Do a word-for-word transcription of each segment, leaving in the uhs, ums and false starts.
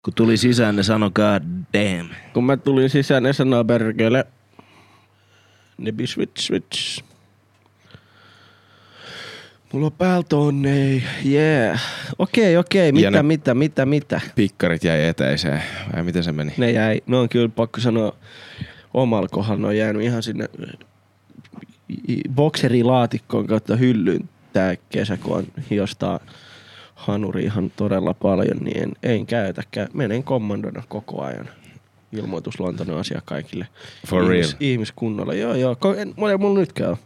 Kun tuli sisään, ne sanoi god damn. Kun mä tulin sisään, ne sanoi perkele. Nebi switch switch. Mulla on päältonne, yeah. Okei, okei, mitä, ne mitä, mitä, mitä? Pikkarit jäi eteiseen, vai miten se meni? Ne jäi, ne on kyllä pakko sanoa, omalla kohdalla ne on jäänyt ihan sinne bokserilaatikkoon kautta hyllyyn tää kesä, kun on hiostaa hanuri ihan todella paljon, niin en, en käytäkään. Menen kommandona koko ajan. Ilmoitusluontoinen asia kaikille. For Ihmis, real? Ihmiskunnalle, joo joo. En, mulla, mulla nytkään on.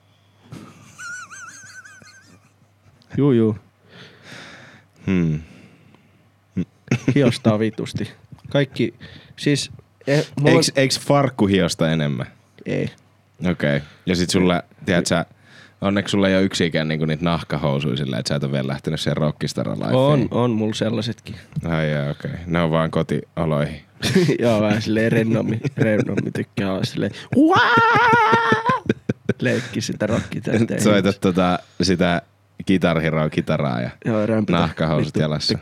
Juu juu. Hmm. Hiostaa vitusti. Kaikki, siis... Eh, Eiks, on... eiks farkku hiosta enemmän? Ei. Okei. Okay. Ja sit sulla, tiedät sä, onneksi sulla ei ole yksikään niinku niitä nahkahousuja sillä, että sä et ole vielä lähtenyt siihen Rockistara-lifeen. On, on mulla sellaisetkin. Ai jaa, okei. Okay. Ne on vaan kotioloihin. Joo, vähän silleen rennommi, rennommi tykkää olla silleen leikki sitä rockitähteä. Soitat tota, sitä Guitar Hero kitaraa ja joo, nahkahousut jalassa.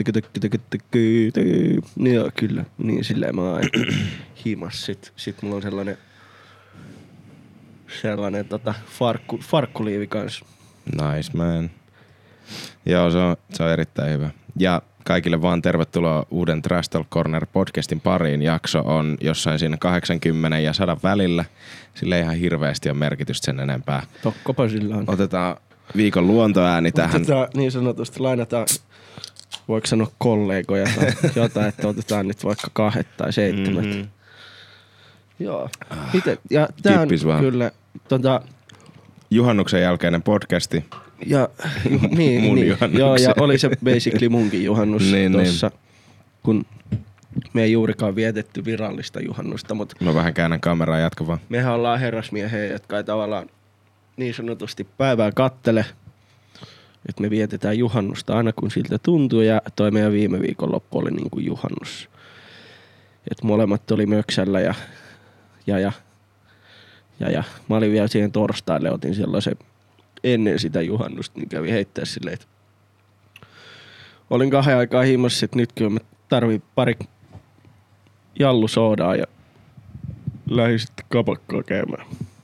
Niin joo, kyllä. Niin silleen mä oon himas. Sit, sit mulla on sellainen sellainen tota farkku, farkkuliivi kans. Nice man. Joo, se on, se on erittäin hyvä. Ja kaikille vaan tervetuloa uuden Trash Talk Corner podcastin pariin. Jakso on jossain siinä kahdeksankymmentä ja sata välillä. Sillä ei ihan hirveästi ole merkitystä sen enempää. Tokkopa sillä on. Otetaan viikon luontoääni tähän. Otetaan niin sanotusti, lainataan, voiko sanoa kollegoja tai jotain, että otetaan nyt vaikka kahdet tai seitsemät. Mm-hmm. Joo. Miten? Ja tää on kyllä tota, juhannuksen jälkeinen podcasti. Ja ju, niin, mun niin. Joo, ja oli se basically munkin juhannus niin, tossa, niin. Kun me ei juurikaan vietetty virallista juhannusta, mutta mä vähän käännän kameraa, jatka vaan. Mehän ollaan herrasmiehiä, jotka ei tavallaan niin sanotusti päivää kattele, että me vietetään juhannusta aina kun siltä tuntuu, ja toi meidän viime viikonloppu oli niin kuin juhannus. Et molemmat oli möksällä ja ja ja ja ja mä olin vielä siihen torstaille, otin sellaisen ennen sitä juhannusta, niin kävi heittää silleen, että olin kahden aikaa himassa, että nyt kyllä mä tarvin pari jallusoodaa ja lähdin sitten kapakkoa käymään.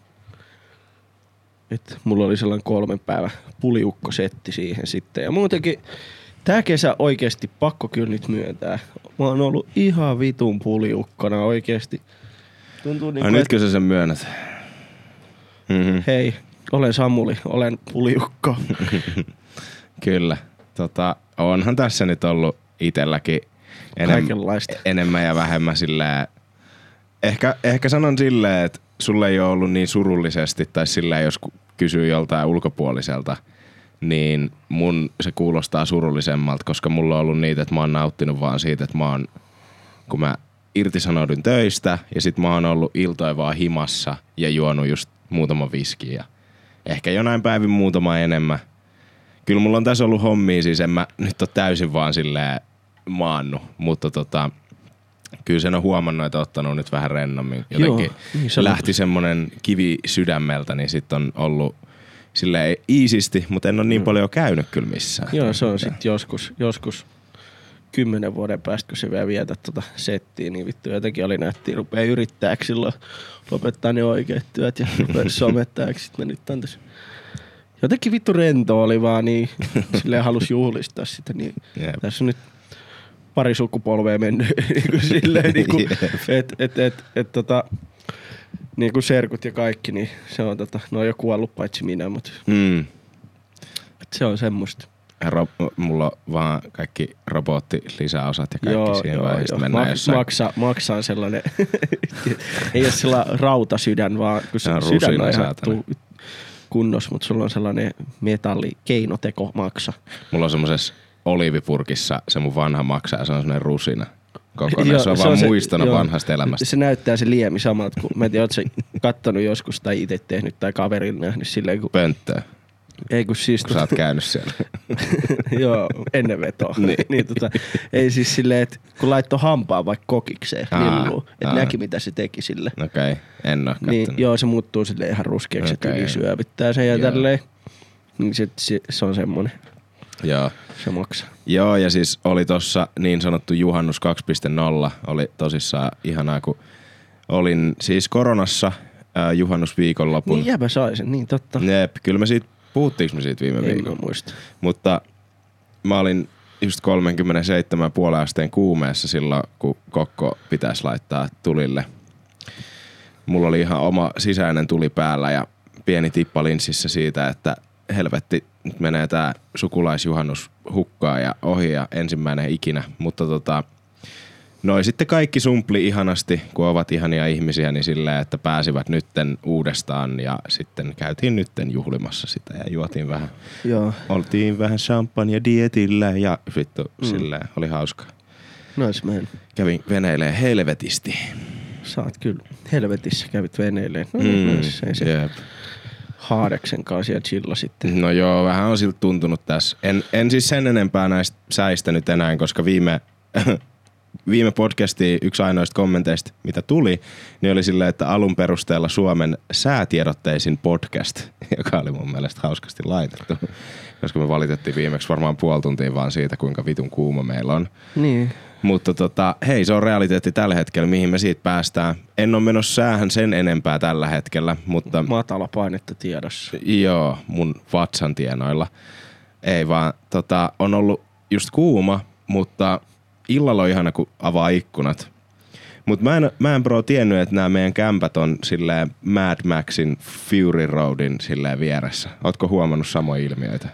Et mulla oli sellainen kolmen päivän puliukkosetti siihen sitten. Ja muutenkin tää kesä oikeesti pakko kyllä nyt myöntää. Mä oon ollut ihan vitun puliukkona oikeesti. Tuntuu niin Ai kuin, nytkö sä sen myönnät? Mm-hmm. Hei. Olen Samuli, olen puliukko. Kyllä. Tota, onhan tässä nyt ollut itselläkin enem, enemmän ja vähemmän silleen. Ehkä, ehkä sanon silleen, että sulle ei ole ollut niin surullisesti, tai silleen jos kysyy joltain ulkopuoliselta, niin mun se kuulostaa surullisemmalta, koska mulla on ollut niitä, että mä oon nauttinut vaan siitä, että mä oon, kun mä irtisanoudun töistä, ja sit mä oon ollut iltoja vaan himassa ja juonut just muutama viski ja ehkä jonain päivin muutama enemmän. Kyllä mulla on tässä ollut hommia, siis en mä nyt ole täysin vaan silleen maannut, mutta tota, kyllä sen on huomannut, että ottanut nyt vähän rennommin. Jotenkin joo, niin lähti semmonen kivi sydämeltä, niin sit on ollut silleen iisisti, mutta en ole niin mm. paljon käynyt kyllä missään. Joo, se on sit joskus, joskus kymmenen vuoden päästä, kun se vielä vietät tota settiä, niin vittu jotenkin oli nähtiin, rupee yrittääksi silloin lopettaa ne oikeat työt ja rupee somettaaksi. Sitten nyt on tässä. Jotenkin vittu rento oli vaan niin, silleen halusi juhlistaa sitä, niin yep. Tässä on nyt pari sukupolvea mennyt niin kuin silleen, niin kuin, että et, et, et, tota, niin kuin serkut ja kaikki, niin se on tota, ne on jo kuollut paitsi minä, mutta mm. et se on semmoista. Ro- mulla on vaan kaikki robottilisäosat ja kaikki joo, siihen joo, vai joo. mennään Ma- jossain. Maksaa, maksaa sellainen, ei ole sellainen rautasydän, vaan kun se, se sydän on ihan tu- kunnossa, mutta sulla on sellainen metallikeinonteko maksa. Mulla on semmosessa oliivipurkissa se mun vanha maksa ja se on semmoinen rusina. Kokonaan. Se on vaan se, muistanut joo, vanhasta elämästä. Se näyttää se liemi samalta, kun mä en tiedä, oot sä kattonut joskus tai itse tehnyt tai kaverilla nähnyt silleen, kun pönttöä. Ei kun siis... Kun sä oot käynyt siellä. Joo, ennen vetoa. niin. niin tota, ei siis silleen, että kun laittoi hampaa vaikka kokikseen lilluun, että näki mitä se teki sille. Okei, okay. En oo niin, kattonut. joo, se muuttuu silleen ihan ruskeaksi, okay, että yli syövittää sen ja joo. Tälleen. Niin se, se, se on semmonen. Joo. Se maksaa. Joo, ja siis oli tossa niin sanottu juhannus kaksi piste nolla. Oli tosissaan ihanaa, kun olin siis koronassa äh, juhannusviikonlopun. Niin jäbä sai sen, niin totta. Jep, kyllä me siitä, puhuttiinko me siitä viime Ei viikolla? mä muista. Mutta mä olin just kolmekymmentäseitsemän pilkku viisi asteen kuumeessa silloin, kun kokko pitäisi laittaa tulille. Mulla oli ihan oma sisäinen tuli päällä ja pieni tippa linssissä siitä, että helvetti, nyt menee tää sukulaisjuhannus hukkaan ja ohi ja ensimmäinen ikinä. Mutta tota, noi sitten kaikki sumpli ihanasti, kun ovat ihania ihmisiä, niin silleen, että pääsivät nytten uudestaan ja sitten käytiin nytten juhlimassa sitä ja juotiin vähän. Joo. Oltiin vähän champagne dietillä ja vittu mm. silleen, oli hauskaa. Nois man. Kävin veneilemään helvetisti. Saat kyllä helvetissä kävit veneilemään. No, Mm, nois, ei se jep. Haadeksen kanssa ja chilla sitten. No joo, vähän on siltä tuntunut tässä. En, en siis sen enempää näistä säistä nyt enää, koska viime, viime podcastiin yksi ainoista kommenteista, mitä tuli, niin oli silleen, että alun perusteella Suomen säätiedotteisin podcast, joka oli mun mielestä hauskasti laitettu. Koska me valitettiin viimeksi varmaan puoli tuntia vaan siitä, kuinka vitun kuuma meillä on. Niin. Mutta tota, hei, se on realiteetti tällä hetkellä, mihin me siitä päästään. En ole menossa säähän sen enempää tällä hetkellä, mutta... Matala painetta tiedossa. Joo, mun vatsan tienoilla. Ei vaan, tota, on ollut just kuuma, mutta illalla on ihana, kun avaa ikkunat. Mut mä en, mä en bro tiennyt, että nämä meidän kämpät on silleen Mad Maxin Fury Roadin silleen vieressä. Ootko huomannut samoja ilmiöitä?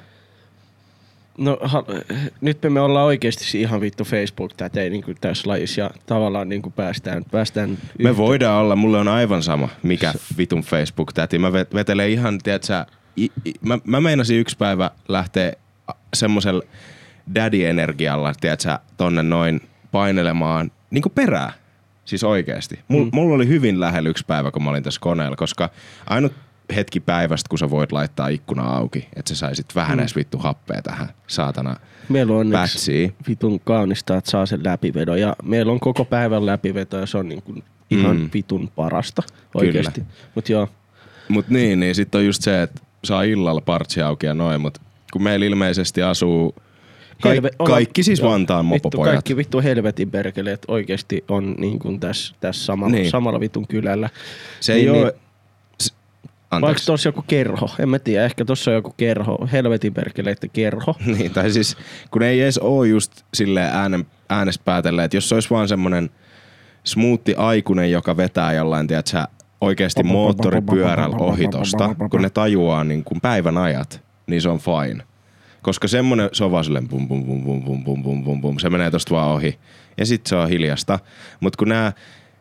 No ha, nyt me ollaan oikeesti ihan vittu Facebook-tätei niin tässä lajissa ja tavallaan niin päästään, päästään Me yhtä. voidaan olla, mulle on aivan sama, mikä vitun Facebook-täti. Mä vetelen ihan, tiedätkö, i, i, mä, mä meinasin yksi päivä lähteä semmosella daddy-energialla, tiedätkö, tonne noin painelemaan niinku perää. Siis oikeesti. Mul, mm. Mulla oli hyvin lähellä yksi päivä, kun mä olin tässä koneella, koska ainut hetki päivästä, kun sä voit laittaa ikkuna auki, että sä saisit vähän mm. edes vittu happea tähän saatana meillä on pätsiin. Vitun kaunista, että saa sen läpivedon ja meillä on koko päivän läpiveto ja se on niin kuin ihan mm. vitun parasta oikeesti. Mut joo. Mut niin, niin sit on just se, että saa illalla partsi auki ja noin, mut kun meillä ilmeisesti asuu Kaik- Helve- kaikki siis joo, Vantaan mopopojat. Kaikki vittu helvetin perkeleet oikeesti on niin kuin tässä, tässä samalla, niin. samalla vitun kylällä. Se niin, ei niin, oo... Vaikka tossa joku kerho, en mä tiedä, ehkä tossa on joku kerho, helvetin perkeleiden kerho. Niin, tai siis kun ei edes oo just silleen äänen, äänes päätellä, että jos se olisi vaan semmonen smoothi aikuinen, joka vetää jollain, tiedätkö, oikeesti moottoripyörällä ohi tosta, kun ne tajuaa niin kuin päivän ajat, niin se on fine. Koska semmonen, se on vaan silleen bum bum bum bum bum bum bum bum bum, se menee tosta vaan ohi. Ja sit se on hiljasta. Mut kun nää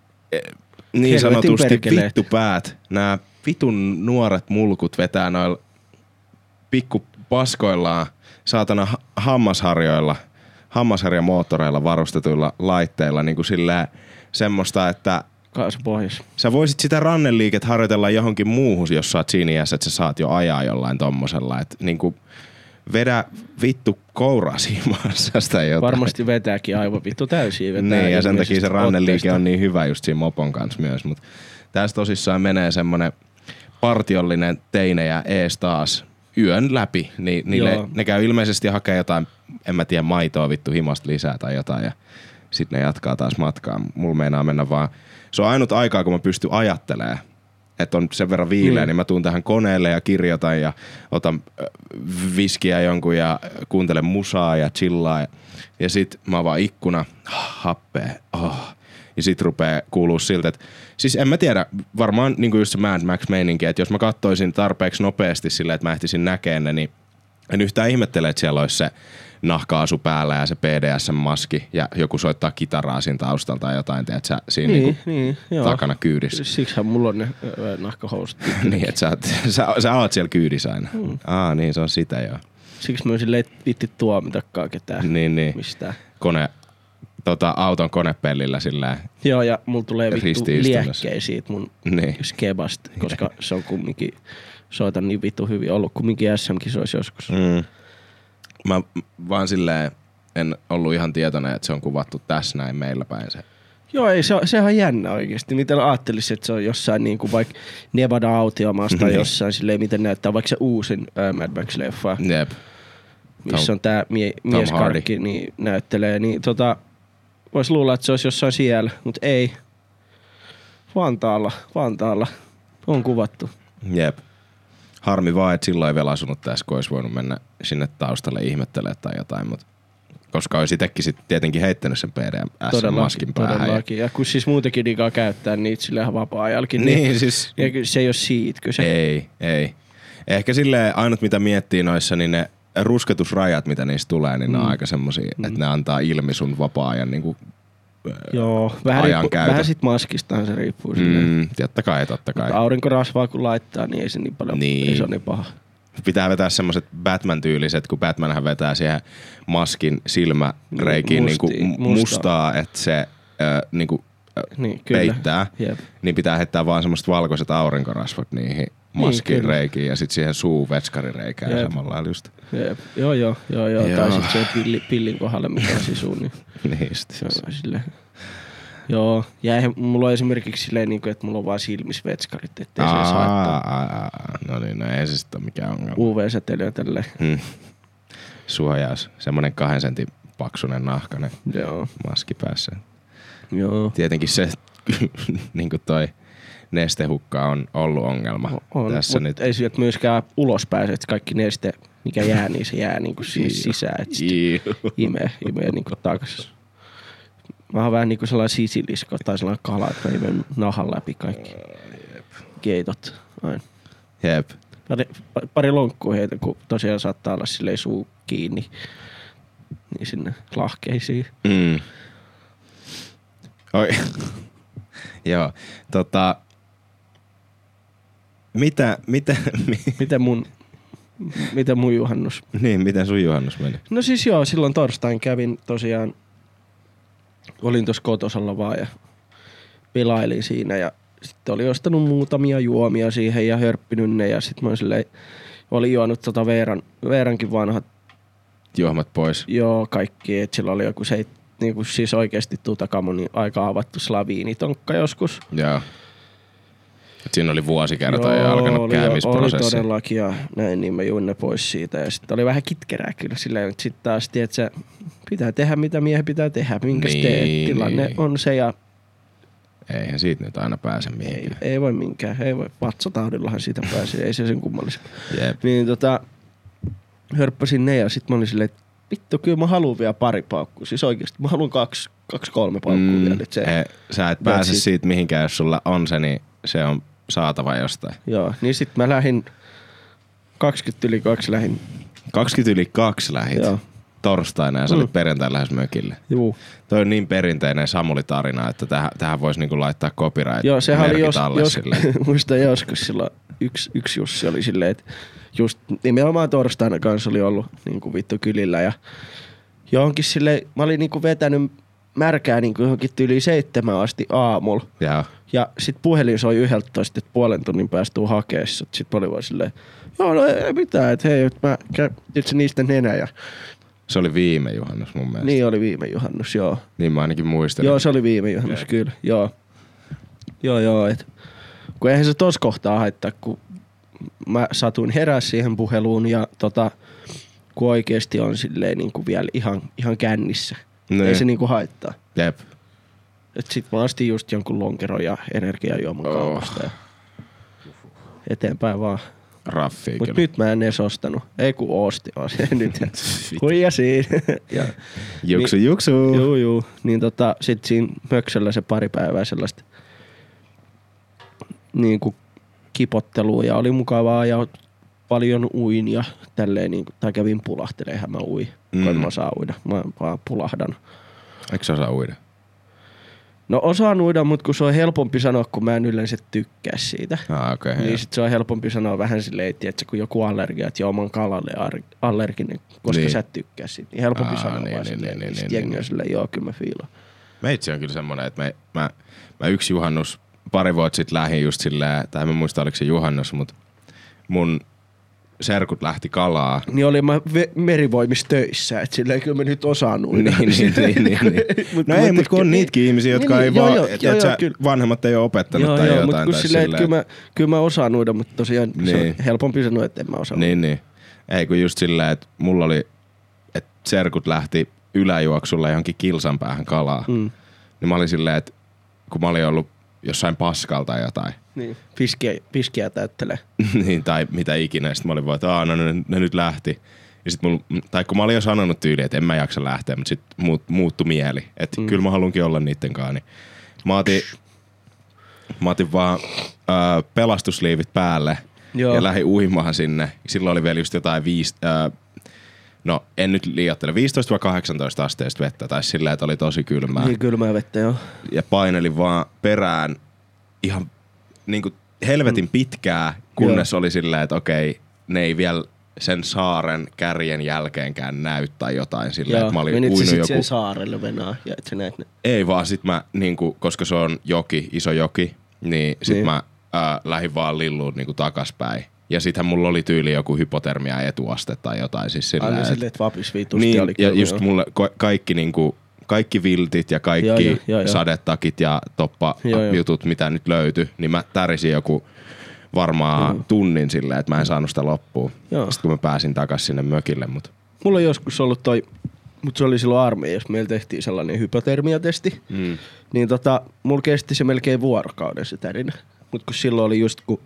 niin sanotusti vittupäät, nää vitun nuoret mulkut vetää noilla pikku paskoillaan, saatana hammasharjoilla, hammasharjamoottoreilla varustetuilla laitteilla niinku silleen semmoista, että kaasupohjassa. Sä voisit sitä ranneliiket harjoitella johonkin muuhun, jos sä oot siinä iässä, että sä saat jo ajaa jollain tommosella, että niinku vedä vittu kourasi maassa tai jotain. Varmasti vetääkin aivan vittu täysiä. Vetää niin, ja sen takia se ranneliike on niin hyvä just siinä mopon kanssa myös. Mutta tässä tosissaan menee semmonen partiollinen teinejä ees taas yön läpi. Niin niille, ne käy ilmeisesti hakea jotain, en mä tiedä, maitoa vittu himasta lisää tai jotain. Ja sit ne jatkaa taas matkaa. Mulla meinaa mennä vaan. Se on ainut aikaa, kun mä pystyn ajattelemaan. Että on sen verran viileä, mm. niin mä tuun tähän koneelle ja kirjoitan ja otan viskiä jonkun ja kuuntelen musaa ja chillaa. Ja, ja sit mä avaan ikkuna, happea, oh. Ja sit rupee kuuluu siltä, että siis en mä tiedä, varmaan niinku just se Mad Max meininki, että jos mä kattoisin tarpeeksi nopeasti silleen, että mä ehtisin näkeen ne, niin en yhtään ihmettele, että siellä olisi se nahka-asu päällä ja se P D S-maski ja joku soittaa kitaraa siinä taustalta tai jotain, teet sä siinä niin, niinku niin, takana kyydissä. Siksihän mulla on ne äh, nahkahousut. Niin, että sä, sä, sä oot siellä kyydissä aina. Hmm. Aa, niin se on sitä joo. Siksi mä silleen, et vitti tuomitakaan ketään niin, niin. mistään. Kone, tota, auton konepellillä silleen. Joo, ja mulla tulee vittu liekkejä siitä mun niin. skebasta, koska se on kumminkin, soitan niin vittu hyvin, ollut kumminkin S M-kisoissa joskus. Mm. Mä vaan silleen en ollut ihan tietoinen, että se on kuvattu tässä näin meillä päin se. Joo, ei, se on, sehän on jännä oikeesti. Miten ajattelisit, että se on jossain niinku vaikka Nevada-autiomaassa tai jossain silleen, miten näyttää vaikka se uusin ää, Mad Max-leffa. Jep. missä on tää mie- mieskarkki, niin näyttelee, niin tota, vois luulla, että se olisi jossain siellä, mutta ei. Vantaalla, Vantaalla on kuvattu. Jep. Harmi vaan, että silloin ei vielä asunut tässä, kun olisi voinut mennä sinne taustalle ihmettelemään tai jotain, mutta koska olisi itsekin sit tietenkin heittänyt sen P D S-maskin päähän. Todellakin, ja kun siis muutenkin digaa käyttää niitä silleen vapaa-ajallakin, niin, niin siis, se ei ole siitä kyse. Ei, ei. Ehkä silleen ainut mitä miettii noissa, niin ne rusketusrajat, mitä niistä tulee, niin mm. ne on aika semmosia, mm. että ne antaa ilmi sun vapaa-ajan niinku Joo, vähän, riippu, vähän sit maskistahan se riippuu. Mm, totta kai, totta kai. Mutta aurinkorasvaa kun laittaa, niin ei se niin paljon, niin. Ei se ole niin paha. Pitää vetää semmoset Batman-tyyliset, kun Batmanhän vetää siihen maskin silmäreikiin Musti, niinku mustaa, mustaa että se äh, niinku, äh, niin, peittää. Jep. Niin pitää heittää vaan semmoset valkoiset aurinkorasvat niihin maskin niin, reikiin ja sit siihen suu vetskarireikään ja samalla lailla just. Jep. Joo, joo, joo, joo. Tai sit se pilli, pillin kohdalle, mikä on sisu. Niin, niin just. Silleen. Joo, ja eihän, mulla on esimerkiksi silleen, niin kuin, että mulla on vaan silmissä vetskarit, ettei se edes haittaa. No niin, no ei se sitten ole mikään ongelma. U V-säteilyä tälleen. Hmm. Suojaus, semmonen kahden sentin paksunen nahkainen Joo. maski päässä. Joo. Tietenkin se, niin kuin toi nestehukka on ollut ongelma. On, tässä nyt. Ei sieltä myöskään ulos pääse, että kaikki neste, mikä jää, niin se jää niin kuin sinne sisään, että imee, imee niin kuin takaisin. Mä oon vähän niinku sellainen sisilisko tai sellainen kala, että mä imen nahan läpi kaikki uh, keitot aina. Jep. Pari, pari lonkkua heitä, kun tosiaan saattaa olla silleen suu kiinni, niin sinne lahkeisiin. Mm. Oi. Joo, tota... Mitä, mitä... miten mun... Miten mun juhannus? Niin, miten sun juhannus meni? No siis joo, silloin torstain kävin tosiaan... Olin tuossa kotosalla vaan ja pelailin siinä ja sitten oli ostanut muutamia juomia siihen ja hörppinyt ne ja sitten mä silleen, olin juonut tota Veeran, Veerankin vanhat juomat pois. Joo, kaikki, että sillä oli joku se, niinku siis oikeesti Tutankhamonin aika avattu slaviinitonkka joskus. Joo. Et siinä oli vuosikertoja ja alkanut oli, käymisprosessi. Oli todellakin ja näin, niin mä juin ne pois siitä. Ja sitten oli vähän kitkerää kyllä silleen, että sitten taas tiedät sä, pitää tehdä mitä miehen pitää tehdä, minkäs niin, teet. Tilanne niin. On se ja... Eihän siitä nyt aina pääse mihinkään. Ei, ei voi minkään, ei voi. Vatsataudillahan siitä pääsee, ei se sen kummallisen. Jep. Niin tota, hörppäsin ne ja sit mä olin silleen, että vittu, kyllä mä haluun vielä pari paukkua. Siis oikeesti, mä haluun kaksi, kaksi kolme paukkua mm, vielä. Se, he, sä et pääse siitä. siitä mihinkään, jos sulla on se, niin se on saatava jostain. Joo, niin sit mä lähdin kaksikymmentä yli kaksi lähin. kaksikymmentä yli kaksi lähit? Joo. Torstaina ja sä mm. olit perjantai lähes mökille. Juu. Toi on niin perinteinen Samuli-tarina, että tähän, tähän voisi niinku laittaa copyright Joo, sehän oli jos, alle jos, muista joskus silloin yksi, yksi Jussi oli silleen, että just nimenomaan torstaina kanssa oli ollut niinku vittu kylillä ja johonkin silleen, mä olin niinku vetänyt märkää niinku johonkin tyyliin seitsemän asti aamulla. Jaa. Ja sit puhelin soi yhdeltätoista, että puolen tunnin päästä tuu hakeessa. Sit mä olin vaan silleen, joo no ei mitään, että hei, että mä käytin niistä nenä ja... Se oli viime juhannus mun mielestä. Niin oli viime juhannus, joo. Niin mä ainakin muistelin. Joo, se oli viime juhannus, yeah. Kyllä, joo. Joo, joo, et... Kun eihän se tos kohtaa haittaa, kun mä satuin herää siihen puheluun ja tota... Kun oikeesti on silleen niinku vielä ihan, ihan kännissä. Ne. Ei se niinku haittaa. Jep. Et sit mä astin just jonkun lonkeron ja energiajuoman oh. kaupasta ja eteenpäin vaan. Raffia Mut kyllä. Nyt mä en edes ostanut. Ei kun osti vaan se nyt. Huija siinä. ja, juksu niin, juksu. Juu juu. Niin tota sit siinä möksöllä se pari päivää sellaista niinku kipottelua ja oli mukavaa ja paljon uin ja tälleen niinku, tai kävin pulahtelemaan, mä ui. Mm. Kun mä saa uida. Mä vaan pulahdan. Eikö sä osaa uida? No osaan uida, mutta kun se on helpompi sanoa, kun mä en yleensä tykkää siitä. Ah, okay, niin jo. sit se on helpompi sanoa vähän silleen, että kun joku allergia, että joo mä oon kalalle allerginen, koska niin. Sä et tykkää siitä. Niin helpompi ah, sanoa niin, vaan niin, silleen. Niin, niin, sit jengi on silleen, joo kyllä mä fiilaan. Meitsi on kyllä semmonen, että mä, mä, mä yksi juhannus pari vuotta sit lähdin just silleen, tai mä muista oliko se juhannus, mutta mun serkut lähti kalaa. Niin olin mä ve- merivoimistöissä, että silleen kyllä mä nyt osaan uida. niin, niin, niin, niin, niin. mut, no ei, mutta kun on niitäkin ihmisiä, jotka niin, ei joo, vaan, joo, että joo, joo, vanhemmat ei ole opettanut joo, tai joo, jotain. Mutta silleen, että kyllä mä, kyllä mä osaan uida, mutta tosiaan niin. Se on helpompi sanoa, että en mä osaa Niin, niin. Ei kun just silleen, että mulla oli serkut lähti yläjuoksulla johonkin kilsan päähän kalaa. Mm. Niin mä olin silleen, että kun mä olin ollut jossain paskalla tai jotain. Niin, piskiä, piskiä täyttelee. niin, tai mitä ikinä. Sitten mä olin vaan, että aah, no ne, ne nyt lähti. Ja sit mulla, tai kun mä olin jo sanonut tyyliin, että en mä jaksa lähteä, mutta sit muut, muuttu mieli. Että mm. kyllä mä haluankin olla niitten kanssa. Niin mä otin, mä otin vaan äh, pelastusliivit päälle. Joo. Ja lähdin uimaan sinne. Silloin oli vielä just jotain viisi, äh, no en nyt liioittele, viisitoista kahdeksantoista asteista vettä. Tai silleen, että oli tosi kylmää. Niin kylmää vettä, joo. Ja painelin vaan perään ihan niinku helvetin mm. pitkää, kunnes joo. oli silleen, että okei, ne ei vielä sen saaren kärjen jälkeenkään näy tai jotain silleen, että mä olin uinut joku... sen saarelle venaa ja et sä näet ne? Ei vaan sit mä niinku, koska se on joki, iso joki, niin sit niin. mä ää, lähdin vaan lilluun niinku takaspäin. Ja sittenhän mulla oli tyyli joku hypotermia etuaste tai jotain siis silleen. Aina silleen, että vapis vitusti niin, oli ja just mulle kaikki niinku, kaikki viltit ja kaikki joo, joo, joo, sadetakit ja toppajutut, mitä nyt löytyi, niin mä tärisin joku varmaan joo. tunnin silleen, että mä en saanut sitä loppuun. Joo. Sitten kun mä pääsin takas sinne mökille. Mut. Mulla on joskus ollut toi, mutta se oli silloin armeijassa, meillä tehtiin sellainen hypotermiatesti. Mm. Niin tota, mulla kesti se melkein vuorokauden se tärinä. Mut kun silloin oli just kun...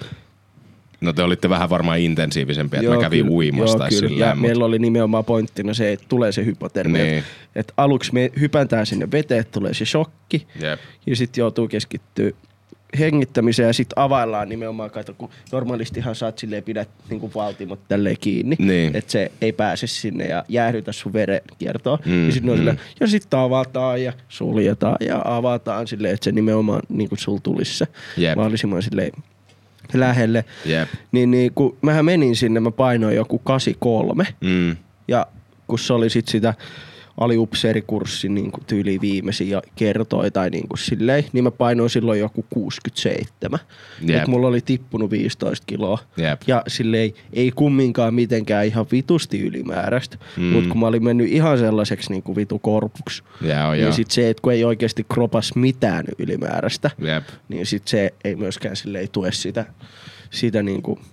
No te olitte vähän varmaan intensiivisempia, että joo, mä kävin kyllä, uimassa tai silleen. Ja mut... meillä oli nimenomaan pointtina se, että tulee se hypotermia. Niin. Että aluksi me hypätään sinne veteen, että tulee se shokki. Jep. Ja sit joutuu keskittyä hengittämiseen ja sit availlaan nimenomaan, kato, kun normaalistihan saat silleen pidät niinku valtimot tälleen kiinni, niin. Että se ei pääse sinne ja jäähdytä sun verenkiertoa. Mm, ja sit, mm. silleen, ja sit avataan ja suljetaan ja avataan silleen, että se nimenomaan niinku sul tulisi se yep. mahdollisimman silleen lähelle. Yep. Niin, niin kun mähän menin sinne, mä painoin joku kahdeksankymmentäkolme mm. ja kun se oli sit sitä aliupseerikurssi niin kuin tyyliin viimeisin ja kertoi tai niin kuin silleen, niin mä painoin silloin joku kuusikymmentäseitsemän. Yep. Et mulla oli tippunut viisitoista kiloa. Yep. Ja silleen ei kumminkaan mitenkään ihan vitusti ylimääräistä, mm. mutta kun mä olin mennyt ihan sellaiseksi niin kuin vitu korpuksi, yeah, oh, niin yeah. sit se, että kun ei oikeasti kropas mitään ylimääräistä, yep. niin sit se ei myöskään silleen tue sitä, sitä niin kuin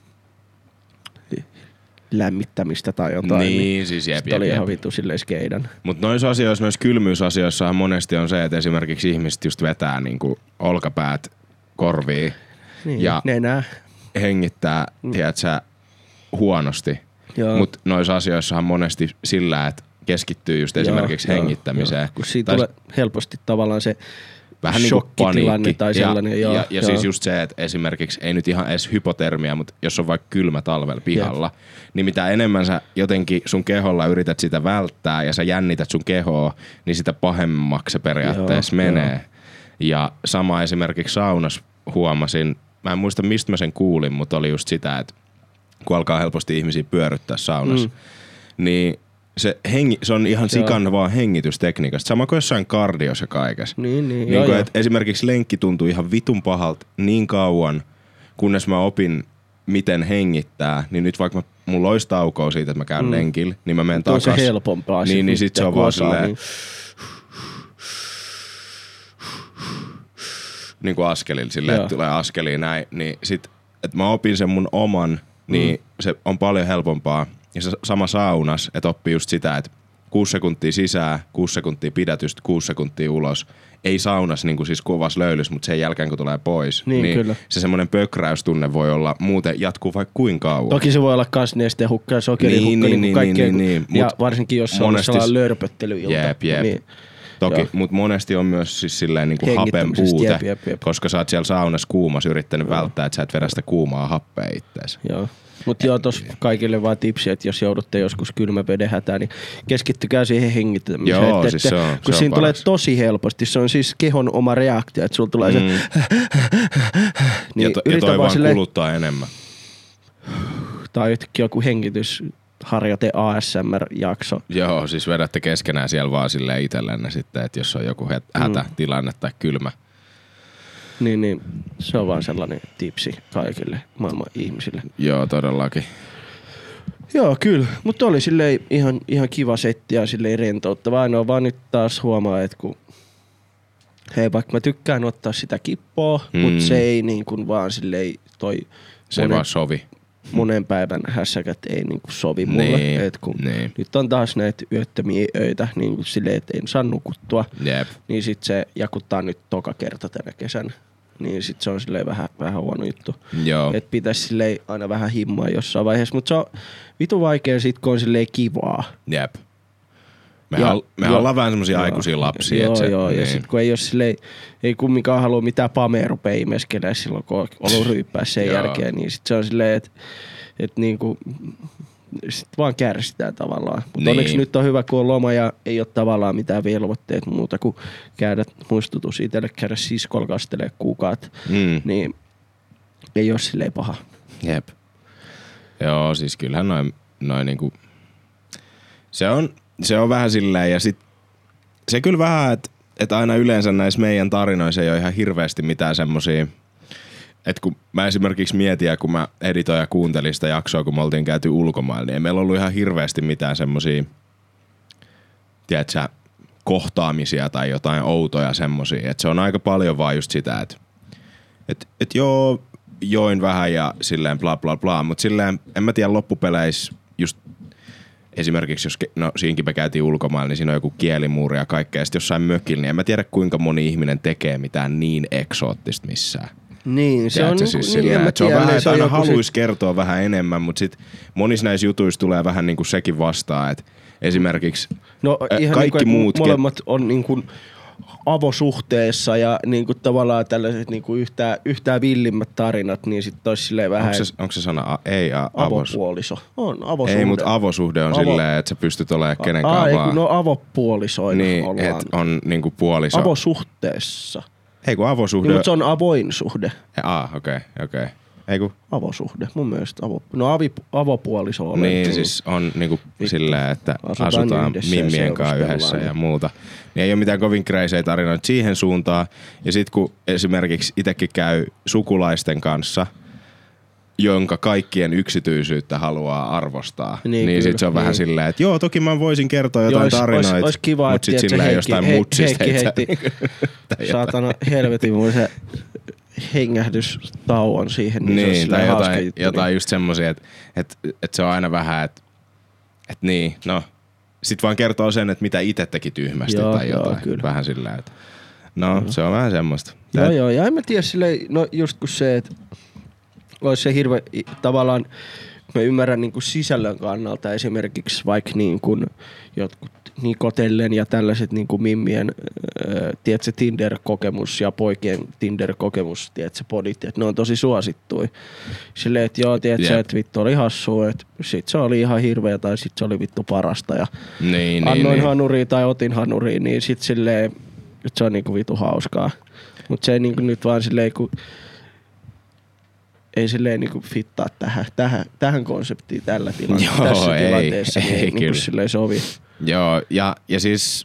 lämmittämistä tai jotain. Niin, niin siis jep, jep, oli jep. ihan vittu silleen skeidan. Mut noissa asioissa, noissa kylmyysasioissahan monesti on se, että esimerkiksi ihmiset just vetää niinku olkapäät korviin niin, ja nenää. Hengittää, mm. tiedätkö, huonosti. Joo. Mut noissa asioissahan monesti sillä, että keskittyy just esimerkiksi joo, hengittämiseen. Joo. Kun siitä tai... tulee helposti tavallaan se vähän niin kuin paniikki. Tai sellainen, ja, joo, ja, ja siis just se, että esimerkiksi ei nyt ihan edes hypotermia, mutta jos on vaikka kylmä talvella pihalla, Jep. niin mitä enemmän sä jotenkin sun keholla yrität sitä välttää ja sä jännität sun kehoa, niin sitä pahemmaksi se periaatteessa joo, menee. Joo. Ja sama esimerkiksi saunassa huomasin, mä en muista mistä mä sen kuulin, mutta oli just sitä, että kun alkaa helposti ihmisiä pyörryttää saunassa, mm. niin Se, hengi, se on ihan sikan vaan hengitystekniikasta. Sama kuin jossain kardiossa kaikessa. Niin, niin. niin kuin, että esimerkiksi lenkki tuntuu ihan vitun pahalta niin kauan, kunnes mä opin, miten hengittää. Niin nyt vaikka mä, mulla olisi taukoa siitä, että mä käyn mm. lenkillä, niin mä menen takas. On se helpompaa. Niin, niin sit se on vaan silleen... Niin. niin kuin askelilla, silleen, että tulee askeliin näin. Niin sit, että mä opin sen mun oman, niin mm. se on paljon helpompaa. Ja se sama saunas, että oppii just sitä, että kuusi sekuntia sisään, kuusi sekuntia pidätystä, kuusi sekuntia ulos. Ei saunas niin kuin siis kuvas löylys, mutta sen jälkeen kun tulee pois, niin, niin kyllä. se semmoinen pökräystunne voi olla muuten jatkuu vaikka kuinka kauan. Toki se voi olla kans nestehukka ja sokerihukka niin, niin, niin, kaikkea, niin, niin, niin. Ja mut varsinkin jos se monesti... on sellainen lörpöttelyilta. Jep, jep. Niin. Toki, mutta monesti on myös siis silleen niin kuin hapen puute, jep, jep, jep. koska sä oot siellä saunassa kuumassa yrittänyt joo. välttää, että sä et vedä sitä kuumaa happea ittees. Joo. Mutta joo, tos kaikille vaan tipsi, että jos joudutte joskus kylmä veden hätään, niin keskittykää siihen hengittämiseen. Joo, et, siis se on, kun se siinä on tulee tosi helposti, se on siis kehon oma reaktio, että sulla tulee mm. se... niin ja, to, ja toi vaan silleen, kuluttaa enemmän. Tai joku hengitysharjoite A S M R-jakso. Joo, siis vedätte keskenään siellä vaan silleen itsellenne sitten, että jos on joku hätätilanne mm. tai kylmä. Niin, niin, se on vaan sellainen tipsi kaikille maailman ihmisille. Joo, todellakin. Joo, kyllä. Mutta oli silleen ihan, ihan kiva setti ja silleen rentouttava. Ainoa vaan nyt taas huomaa, että kun... Hei, vaikka mä tykkään ottaa sitä kippoa, mm. mutta se ei niin kuin vaan silleen toi... Se ei vaan sovi. monen päivän hässäkät ei niinku sovi mulle. Niin, et kun niin. nyt on taas näitä yöttömiä öitä niinku silleen, että en saa nukuttua. Jep. Niin sit se jakuttaa nyt toka kerta tänä kesänä. Niin sit se on silleen vähän, vähän huono juttu. Joo. Et pitäis silleen aina vähän himmaa jossain vaiheessa. Mut se on vitu vaikea sit, kun on silleen kivaa. Jep. Mehän, ja, mehän ollaan vähän semmosia aikuisia lapsia. Joo, se, joo. niin. Ja sit kun ei oo silleen, ei kumminkaan halua mitään pamea rupea imeskelee silloin, kun on ollut ryyppää sen jälkeen. Niin sit se on silleen, että et niinku, sit vaan kärsitään tavallaan. Mutta niin. Onneksi nyt on hyvä, kun on loma ja ei ole tavallaan mitään velvoitteet muuta kuin käydä muistutus itselle, käydä siskolla kastelee kuukaat. Mm. Niin ei oo silleen paha. Jep. Joo, siis kyllähän noin, noin niinku, se on, se on vähän silleen ja sit se kyllä vähän, että et aina yleensä näissä meidän tarinoissa ei ole ihan hirveästi mitään semmosia, että kun mä esimerkiksi mietin ja kun mä editoin ja kuuntelin sitä jaksoa, kun me oltiin käyty ulkomailla, niin ei meillä ollut ihan hirveästi mitään semmosia, tiedätkö, kohtaamisia tai jotain outoja semmosia. Että se on aika paljon vaan just sitä, että et, et joo, join vähän ja silleen bla bla bla, mutta silleen, en mä tiedä loppupeleissä just esimerkiksi jos, no siinkin me käytiin ulkomailla, niin siinä on joku kielimuuri ja kaikkea. Ja sit jossain mökillä, niin en mä tiedä kuinka moni ihminen tekee mitään niin eksoottista missään. Niin, se Tiedätkö, on, siis niin, silleen, mä se on tiedän, vähän, että aina haluaisi sit kertoa vähän enemmän, mutta sit monissa näissä jutuissa tulee vähän niinku sekin vastaan, että esimerkiksi no, ä, kaikki niin muut... Molemmat on niinku avosuhteessa ja niinku tavallaan tällaiset niinku yhtään, yhtään villimmät tarinat, niin sit tois silleen vähän... Onko se, onko se sana a, ei a, avos? Avopuoliso. On avosuhde. Ei, mutta avosuhde on Avo... silleen, että sä pystyt olemaan kenenkään vaan. vaan... Ei, kun no avopuolisoina niin, ollaan. Niin, että on niinku puoliso... Avosuhteessa. Ei kun avosuhde... Niin, mutta se on avoin suhde. Ah, okei, okay, okei. Okay. Ei kun... Avosuhde, mun mielestä. Avo... No avi... avopuoliso on. Niin, siis on niinku silleen, että asutaan, asutaan mimmien kanssa yhdessä ja muuta. Niin ei ole mitään kovin kreisejä tarinoita siihen suuntaan. Ja sit kun esimerkiksi itekin käy sukulaisten kanssa, jonka kaikkien yksityisyyttä haluaa arvostaa, niin, niin sit se on niin. vähän silleen, että joo, toki mä voisin kertoa jotain ois, tarinoita, ois, ois kiva, mut sit silleen jostain he, mutsista heitti, heitti saatana helvetinmoisen hengähdystauon siihen. Niin, niin se tai jotain, juttu, jotain niin. just semmosia, että et, et se on aina vähän, että et niin, no. Sit vaan kertoo sen, että mitä ite teki tyhmästi joo, tai jotain. Joo, kyllä. Vähän sillä että no, no, se on vähän semmoista. Joo, Tät... joo, ja en mä tiedä silleen, no just kun se, että olisi se hirveä, tavallaan, mä ymmärrän niin kuin sisällön kannalta esimerkiksi vaikka niin kuin jotkut Nikotellen ja tällaiset niin kuin mimmien, äh, tiedätkö, Tinder-kokemus ja poikien Tinder-kokemus, tiedätkö, podit, että ne on tosi suosittui. Silleen, että joo, tiedätkö, yep. että vittu oli hassua, että sit se oli ihan hirveä tai sit se oli vittu parasta ja niin, annoin niin, hanuriin tai otin hanuriin, niin sit silleen, että se on niinku vittu hauskaa. Mut se ei niinku nyt vaan silleen, kun ei silleen niinku fittaa tähän, tähän, tähän konseptiin tällä tilalla, joo, tässä ei, tilanteessa, ei, niin niinku silleen sovi. Joo, ja, ja siis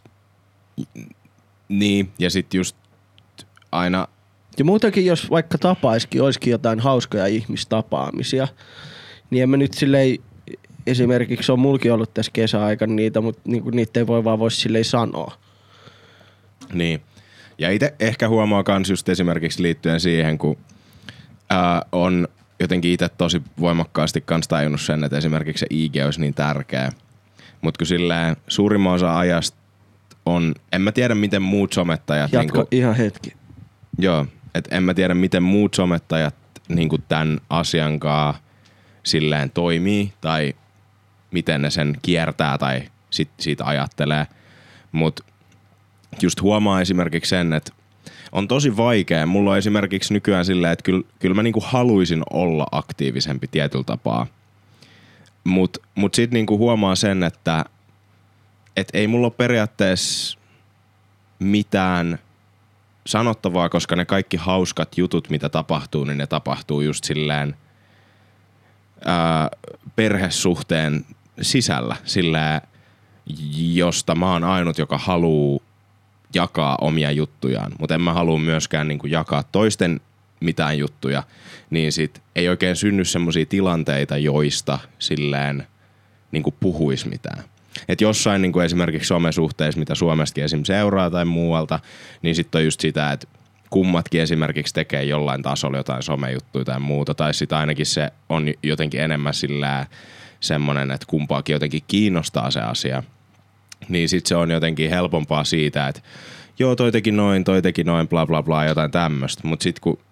niin, ja sit just aina... Ja muutenkin, jos vaikka tapaisikin, olisikin jotain hauskoja ihmistapaamisia, niin en mä nyt silleen, esimerkiksi on mulki ollut tässä kesäaikana niitä, mutta niinku niitä ei voi vaan voisi silleen sanoa. Niin, ja itse ehkä huomaa kans just esimerkiksi liittyen siihen, kun ää, on jotenkin itse tosi voimakkaasti kans tajunnut sen, että esimerkiksi se I G olisi niin tärkeä. Mut kun silleen suurimman osa ajasta on, en mä tiedä miten muut somettajat... Jatka niinku, ihan hetki. Joo, et en mä tiedä miten muut somettajat niinku tän asiankaan silleen toimii tai miten ne sen kiertää tai sit siitä ajattelee. Mut just huomaa esimerkiksi sen, että on tosi vaikea. Mulla on esimerkiksi nykyään silleen, että kyllä, kyllä mä niinku haluisin olla aktiivisempi tietyllä tapaa. Mut, mut sit niinku huomaa sen, että et ei mulla ole periaatteessa mitään sanottavaa, koska ne kaikki hauskat jutut, mitä tapahtuu, niin ne tapahtuu just silleen ää, perhesuhteen sisällä. Silleen, josta mä oon ainut, joka haluu jakaa omia juttujaan, mutta en mä halua myöskään niinku jakaa toisten mitään juttuja, niin sit ei oikein synny semmosia tilanteita, joista silleen niinku puhuis mitään. Et jossain niinku esimerkiksi somesuhteissa, mitä Suomestakin esim. Seuraa tai muualta, niin sit on just sitä, että kummatkin esimerkiksi tekee jollain tasolla jotain somejuttuja tai muuta, tai sitten ainakin se on jotenkin enemmän sillä semmoinen, että kumpaakin jotenkin kiinnostaa se asia, niin sitten se on jotenkin helpompaa siitä, että joo, toi teki noin, toi teki noin, bla bla bla, jotain tämmöistä. Mutta sitten kun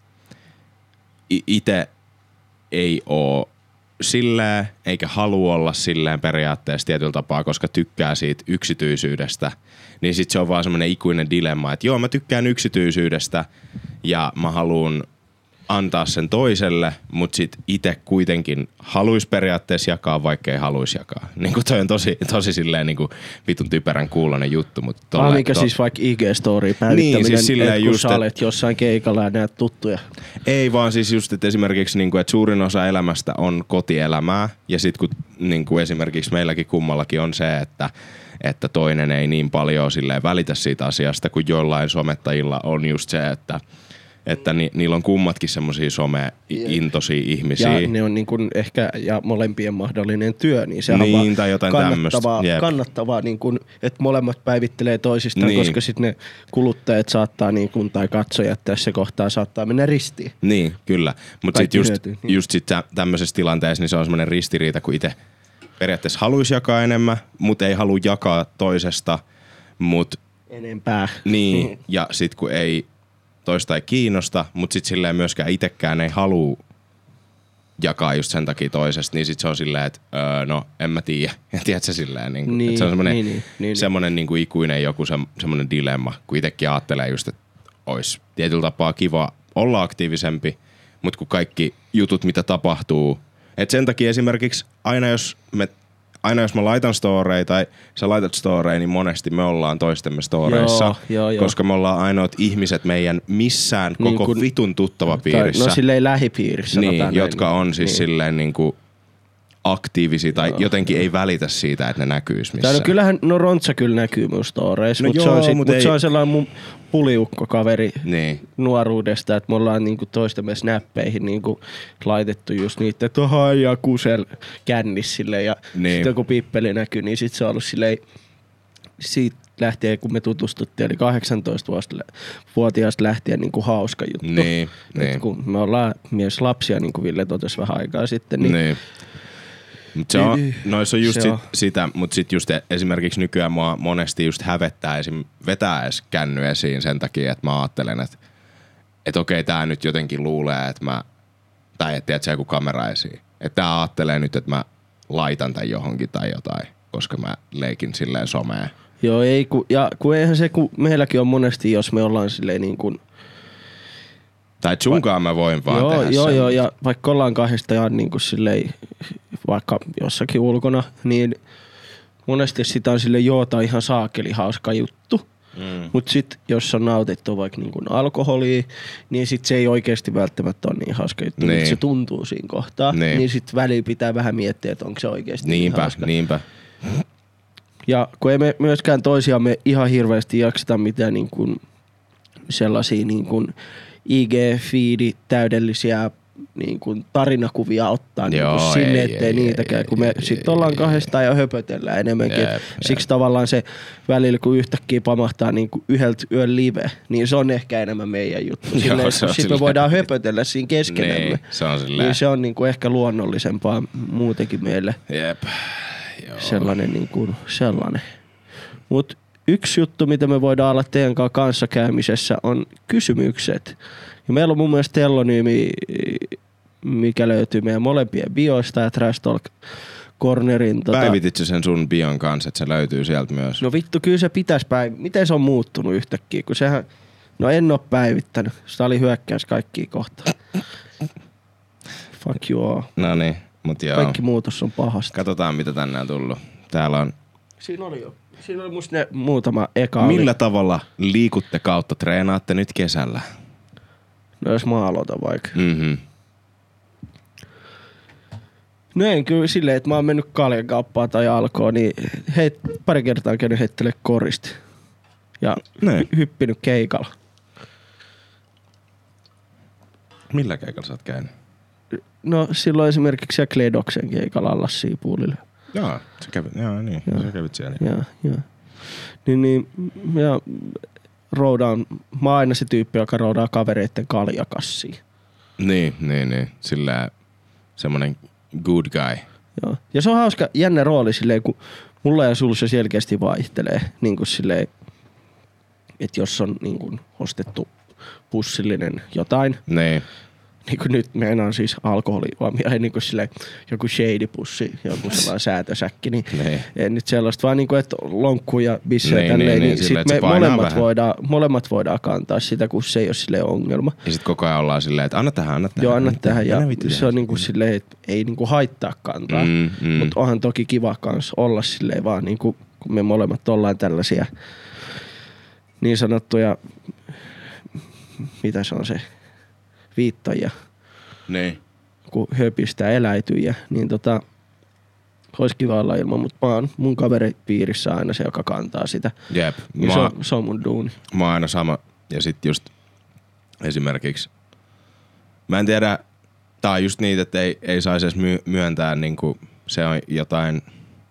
itse ei oo silleen, eikä halua olla silleen periaatteessa tietyllä tapaa, koska tykkää siitä yksityisyydestä, niin sitten se on vaan semmoinen ikuinen dilemma, että joo, mä tykkään yksityisyydestä ja mä haluun antaa sen toiselle, mutta sit itse kuitenkin haluis periaatteessa jakaa, vaikka ei haluis jakaa. Niin kuin toi on tosi, tosi silleen niin kuin vitun typerän kuulonen juttu. Mutta tolle, ah, mikä to... siis vaikka I G-story päivittäminen, niin, siis silleen että kun just, sä olet jossain keikalla ja näet tuttuja. Ei vaan siis just, että esimerkiksi niin kuin, että suurin osa elämästä on kotielämää ja sit kun niin kuin esimerkiksi meilläkin kummallakin on se, että että toinen ei niin paljon silleen välitä siitä asiasta, kuin joillain somettajilla on just se, että Että ni, niillä on kummatkin semmosia some-intoisia ihmisiä. Ja ne on niin kuin ehkä ja molempien mahdollinen työ, niin se niin, on tai jotain kannattavaa, kannattavaa niin kuin, että molemmat päivittelee toisistaan, niin. Koska sitten ne kuluttajat saattaa niin kuin, tai katsojat tässä kohtaa saattaa mennä ristiin. Niin, kyllä. Mutta sitten just, niin. just sit tämmöisessä tilanteessa niin se on semmoinen ristiriita, kun itse periaatteessa haluaisi jakaa enemmän, mutta ei halua jakaa toisesta, mut enempää. Niin, ja sit kun ei toista ei kiinnosta, mutta sitten silleen myöskään itsekään ei halua jakaa just sen takia toisesta, niin sitten se on silleen, että öö, no en mä tiedä. Ja tiedätkö silleen, niin, niin, että se on semmoinen niin, niin, niin, semmoinen niin kuin ikuinen joku se, semmoinen dilemma, kun itsekin ajattelee just, että olisi tietyllä tapaa kiva olla aktiivisempi, mutta kun kaikki jutut, mitä tapahtuu, että sen takia esimerkiksi aina jos me Aina jos mä laitan storeja tai sä laitat storeja, niin monesti me ollaan toistemme storeissa, joo, joo, joo. Koska me ollaan ainoat ihmiset meidän missään niin koko kun, vitun tuttava piirissä. No silleen lähipiirissä. Niin, jotka näin, on siis niin. silleen niinku aktiivisia tai joo. jotenkin ei välitä siitä, että ne näkyis missään. No kyllähän, no Rontsa kyllä näkyy mun storeissa, no mutta se, mut mut se on sellainen mun puliukkokaveri niin. nuoruudesta, että me ollaan niinku toistemme snappeihin niinku laitettu just niitä, että oha ja kusel kännis silleen ja niin. Sitten kun pippeli näkyy, niin sit se on ollut silleen siitä lähtien, kun me tutustuttiin, eli kahdeksantoistavuotiaasta lähtien niinku hauska juttu. Niin, niin. Kun me ollaan myös lapsia, niin kuin Ville totesi vähän aikaa sitten, niin, niin. Mut se on, noissa on just sit, on. sitä, mutta sitten just esimerkiksi nykyään mua monesti just hävettää esim. Vetää edes känny esiin sen takia, että mä ajattelen, että et okei, tää nyt jotenkin luulee, että mä, tai että tiedät sä joku kamera esiin. Että tää ajattelee nyt, että mä laitan tän johonkin tai jotain, koska mä leikin silleen someen. Joo, ei, ku, ja kun eihän se, kun meilläkin on monesti, jos me ollaan silleen niin kuin tai sunkaan mä voin vaan joo, tehdä joo, sen. Joo, ja vaikka ollaan kahdesta ja niin kuin silleen, vaikka jossakin ulkona, niin monesti sitä on silleen, joo, tää on ihan saakeli hauska juttu. Mm. Mut sit, jos on nautittu vaikka niin kuin alkoholia, niin sit se ei oikeesti välttämättä ole niin hauska juttu, niin. Mutta se tuntuu siinä kohtaa. Niin, niin sit väliin pitää vähän miettiä, että onko se oikeesti niinpä, niin hauska. Niinpä, ja kun ei me myöskään toisiamme ihan hirveästi jakseta mitään niin kuin sellaisia niin kuin I G-feedi täydellisiä niin kuin tarinakuvia ottaa niin kuin joo, sinne, ei, ettei ei, niitäkään, ei, kun me ei, sit ollaan kahdestaan ja höpötellään enemmänkin. Jep, jep. Siksi tavallaan se välillä, kun yhtäkkiä pamahtaa niin kuin yhdeltä yön live, niin se on ehkä enemmän meidän juttu. Silleen, sitten me voidaan höpötellä siinä keskenämme. Niin, se on silleen. Niin se on niin kuin ehkä luonnollisempaa muutenkin meille. Jep. Joo. Sellainen niin kuin sellainen. Mut yksi juttu, mitä me voidaan olla teidän kanssa kanssakäymisessä, on kysymykset. Ja meillä on mun mielestä telonyymi, mikä löytyy meidän molempien bioista ja Trash Talk Cornerin. Tota... Päivititkö sen sun bion kanssa, että se löytyy sieltä myös? No vittu, kyllä se pitäisi päiv... Miten se on muuttunut yhtäkkiä, kun sehän... No en oo päivittänyt. Sitä oli hyökkäys kaikkia kohtaan. Fuck you all. No niin, mut joo. Kaikki muutos on pahasta. Katsotaan, mitä tänne on tullut. Täällä on... Siinä oli jo. Siinä oli musta ne muutama eka. Millä oli. tavalla liikutte kautta treenaatte nyt kesällä? No jos mä aloitan vaikka. Mhm. No en kyllä silleen, että mä oon mennyt kaljan kauppaan tai alkoon, niin heit, pari kertaa käynyt heittele korista. Ja hy- hyppinyt keikalla. Millä keikalla sä oot käynyt? No silloin esimerkiksi se Kledoksen keikalla Lassia Puulille. Joo, sä kävit, joo niin, joo. Sä kävit siellä. Joo, joo. Niin, niin, ja roudaan, mä oon aina se tyyppi, joka roudaa kavereitten kaljakassia. Niin, niin, niin. Sillä semmonen good guy. Joo. Ja se on hauska, jännä rooli silleen, kun mulla ja sulla se selkeästi vaihtelee. Niin kuin silleen, että jos on niin kuin ostettu pussillinen jotain. Niin. Niin kuin nyt meinaan siis alkoholijuomia, ei niin kuin silleen joku shady-pussi, joku sellainen säätösäkki, niin ei nyt sellaista, vaan niin kuin, että lonkku ja bissejä niin, tälleen, niin, niin, niin sit me molemmat voidaan, molemmat voidaan kantaa sitä, kun se ei ole silleen ongelma. Ja sit koko ajan ollaan silleen, että anna tähän, anna tähän. Joo, anna tähän, ja se on niin kuin silleen, että ei niin kuin haittaa kantaa, mm, mm. mutta onhan toki kiva kans olla silleen vaan niin kuin, kun me molemmat ollaan tällaisia niin sanottuja, mitä se on se, viittajia, niin. kun höpistää eläityjä, niin tota, olisi kiva olla ilman, mutta mä oon mun kaveripiirissä aina se, joka kantaa sitä. Jep. Mä, se, on, se on mun duuni. Mä oon aina sama. Ja sit just esimerkiksi, mä en tiedä, tää on just niitä, että ei, ei saisi edes my- myöntää niinku se on jotain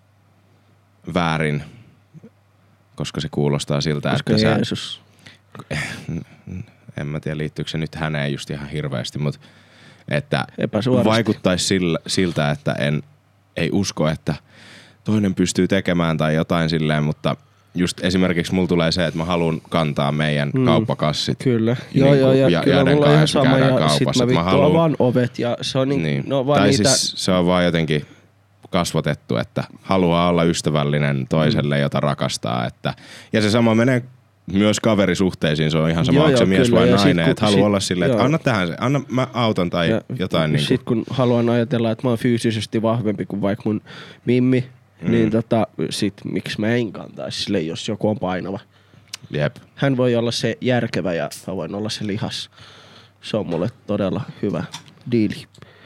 väärin, koska se kuulostaa siltä, koska että Jeesus. Sä, en mä tiedä liittyykö se nyt häneen just ihan hirveästi, mutta että vaikuttaisi sillä, siltä, että en, ei usko, että toinen pystyy tekemään tai jotain silleen, mutta just esimerkiksi mulla tulee se, että mä haluan kantaa meidän mm. kauppakassit. Kyllä. Niin joo, joo, ja, ja kyllä mulla on ihan sama, ja kaupassa. sit mä vittu haluan avaan ovet, ja se on niin, niin. no vaan tai niitä. Siis se on vaan jotenkin kasvatettu, että haluaa olla ystävällinen toiselle, mm. jota rakastaa, että ja se sama menee myös kaverisuhteisiin, se on ihan sama, onko se mies vai nainen, että haluaa olla silleen, että anna tähän se, anna mä auton tai ja jotain niinku. Sit kun haluan ajatella, että mä oon fyysisesti vahvempi kuin vaikka mun mimmi, mm. niin tota, sit miksi mä en kantaisi sille, jos joku on painava. Jep. Hän voi olla se järkevä ja mä voin olla se lihas. Se on mulle todella hyvä diili.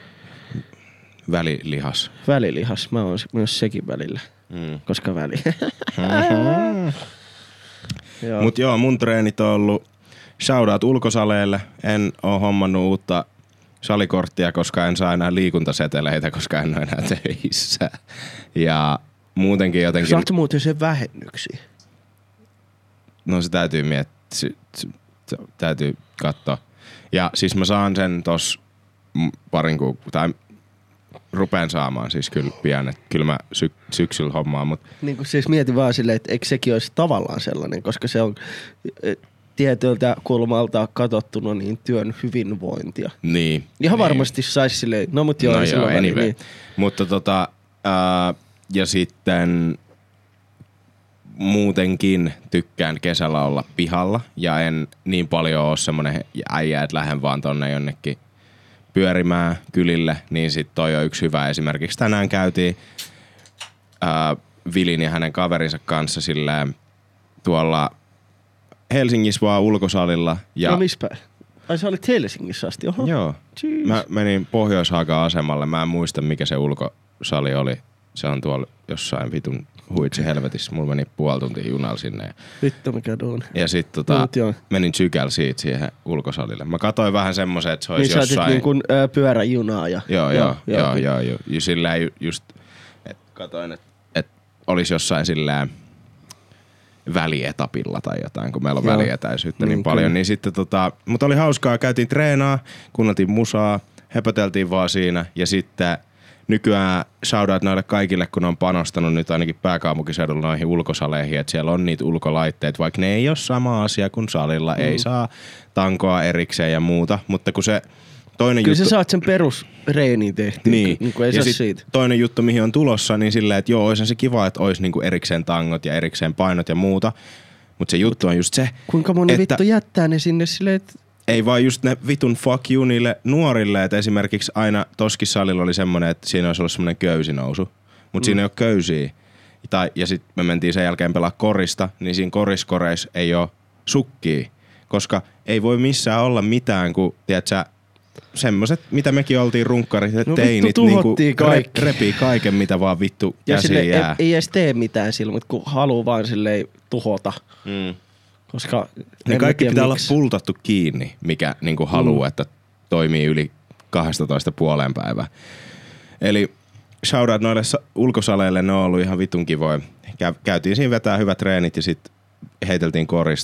Välilihas. Välilihas, mä oon myös sekin välillä, mm. koska väli. Mm-hmm. Joo. Mut joo, mun treenit on ollut shoutout ulkosaleille. En oo hommannut uutta salikorttia, koska en saa enää liikuntaseteleitä, koska en oo enää töissä. Ja muutenkin jotenkin... Saatko muuten sen vähennyksiä? No se täytyy miettiä, se, se, se täytyy katsoa. Ja siis mä saan sen tossa parin kuukauden, tai rupeen saamaan siis kyllä pian, että kyllä mä sy- syksyllä hommaan, mutta... Niin kuin siis mietin vaan silleen, että eikö sekin olisi tavallaan sellainen, koska se on tietyltä kulmalta katsottuna niin työn hyvinvointia. Niin. Ihan niin. varmasti saisi silleen, no mut joo, no joo, anyway. Niin. Mutta tota, ää, ja sitten muutenkin tykkään kesällä olla pihalla ja en niin paljon ole semmonen äijä, että lähden vaan tonne jonnekin pyörimään kylille, niin sit toi on yksi hyvä. Esimerkiksi tänään käytiin ää, Vilin ja hänen kaverinsa kanssa silleen tuolla Helsingissä vaan ulkosalilla. Ja no mispä? Ai sä olit Helsingissä asti, oho. Joo. Jeez. Mä menin Pohjois-Haagan asemalle. Mä en muista mikä se ulkosali oli. Se on tuolla jossain vitun huitsi helvetissä. Mulla meni puoli tuntia junalla sinne. Vittu mikä duuni. Ja sit tota, menin sykäl siitä siihen ulkosalille. Mä katsoin vähän semmosen, että se olisi niin jossain... Niin niin kuin äh, pyöräjunaa ja... Joo, joo, joo, joo. joo, joo. Ja silleen just, että katoin, että et olisi jossain silleen välietapilla tai jotain, kun meillä on joo. välietäisyyttä niin, niin paljon. Kyllä. Niin sitten tota, mutta oli hauskaa, käytiin treenaa, kuunneltiin musaa, höpöteltiin vaan siinä ja sitten nykyään shoutout noille kaikille, kun on panostanut nyt ainakin pääkaupunkiseudulla noihin ulkosaleihin, että siellä on niitä ulkolaitteet, vaikka ne ei ole sama asia kuin salilla, mm. ei saa tankoa erikseen ja muuta, mutta kun se toinen Kyllä juttu... sä saat sen perusreeniin tehtyä, niin. niin kuin ei ja saa sit siitä. Toinen juttu, mihin on tulossa, niin silleen, että joo, olisi se kiva, että olisi niinku erikseen tangot ja erikseen painot ja muuta, mutta se juttu on just se, kuinka moni että vittu jättää ne sinne silleen, että... Ei vaan just ne vitun fuck you niille nuorille, että esimerkiksi aina toskin salilla oli semmonen, että siinä olisi ollut semmonen köysinousu, mut mm. siinä ei ole köysiä. Tai, ja sit me mentiin sen jälkeen pelaa korista, niin siinä koriskoreissa ei oo sukkia, koska ei voi missään olla mitään, kun tiedätkö, semmoset, mitä mekin oltiin runkkarit ja no teinit, niinku re, repii kaiken, mitä vaan vittu käsiin jää. Ei, ei edes tee mitään sillä, mutta kun haluu vaan silleen tuhota. Mm. Koska ne kaikki pitää miksi. olla pultattu kiinni, mikä niinku haluu, mm. että toimii yli kaksitoista puoleen päivää. Eli shoutout noille ulkosaleille, ne on ollut ihan vitun kivoja. Käytiin siinä vetää hyvät treenit ja sit heiteltiin korista ja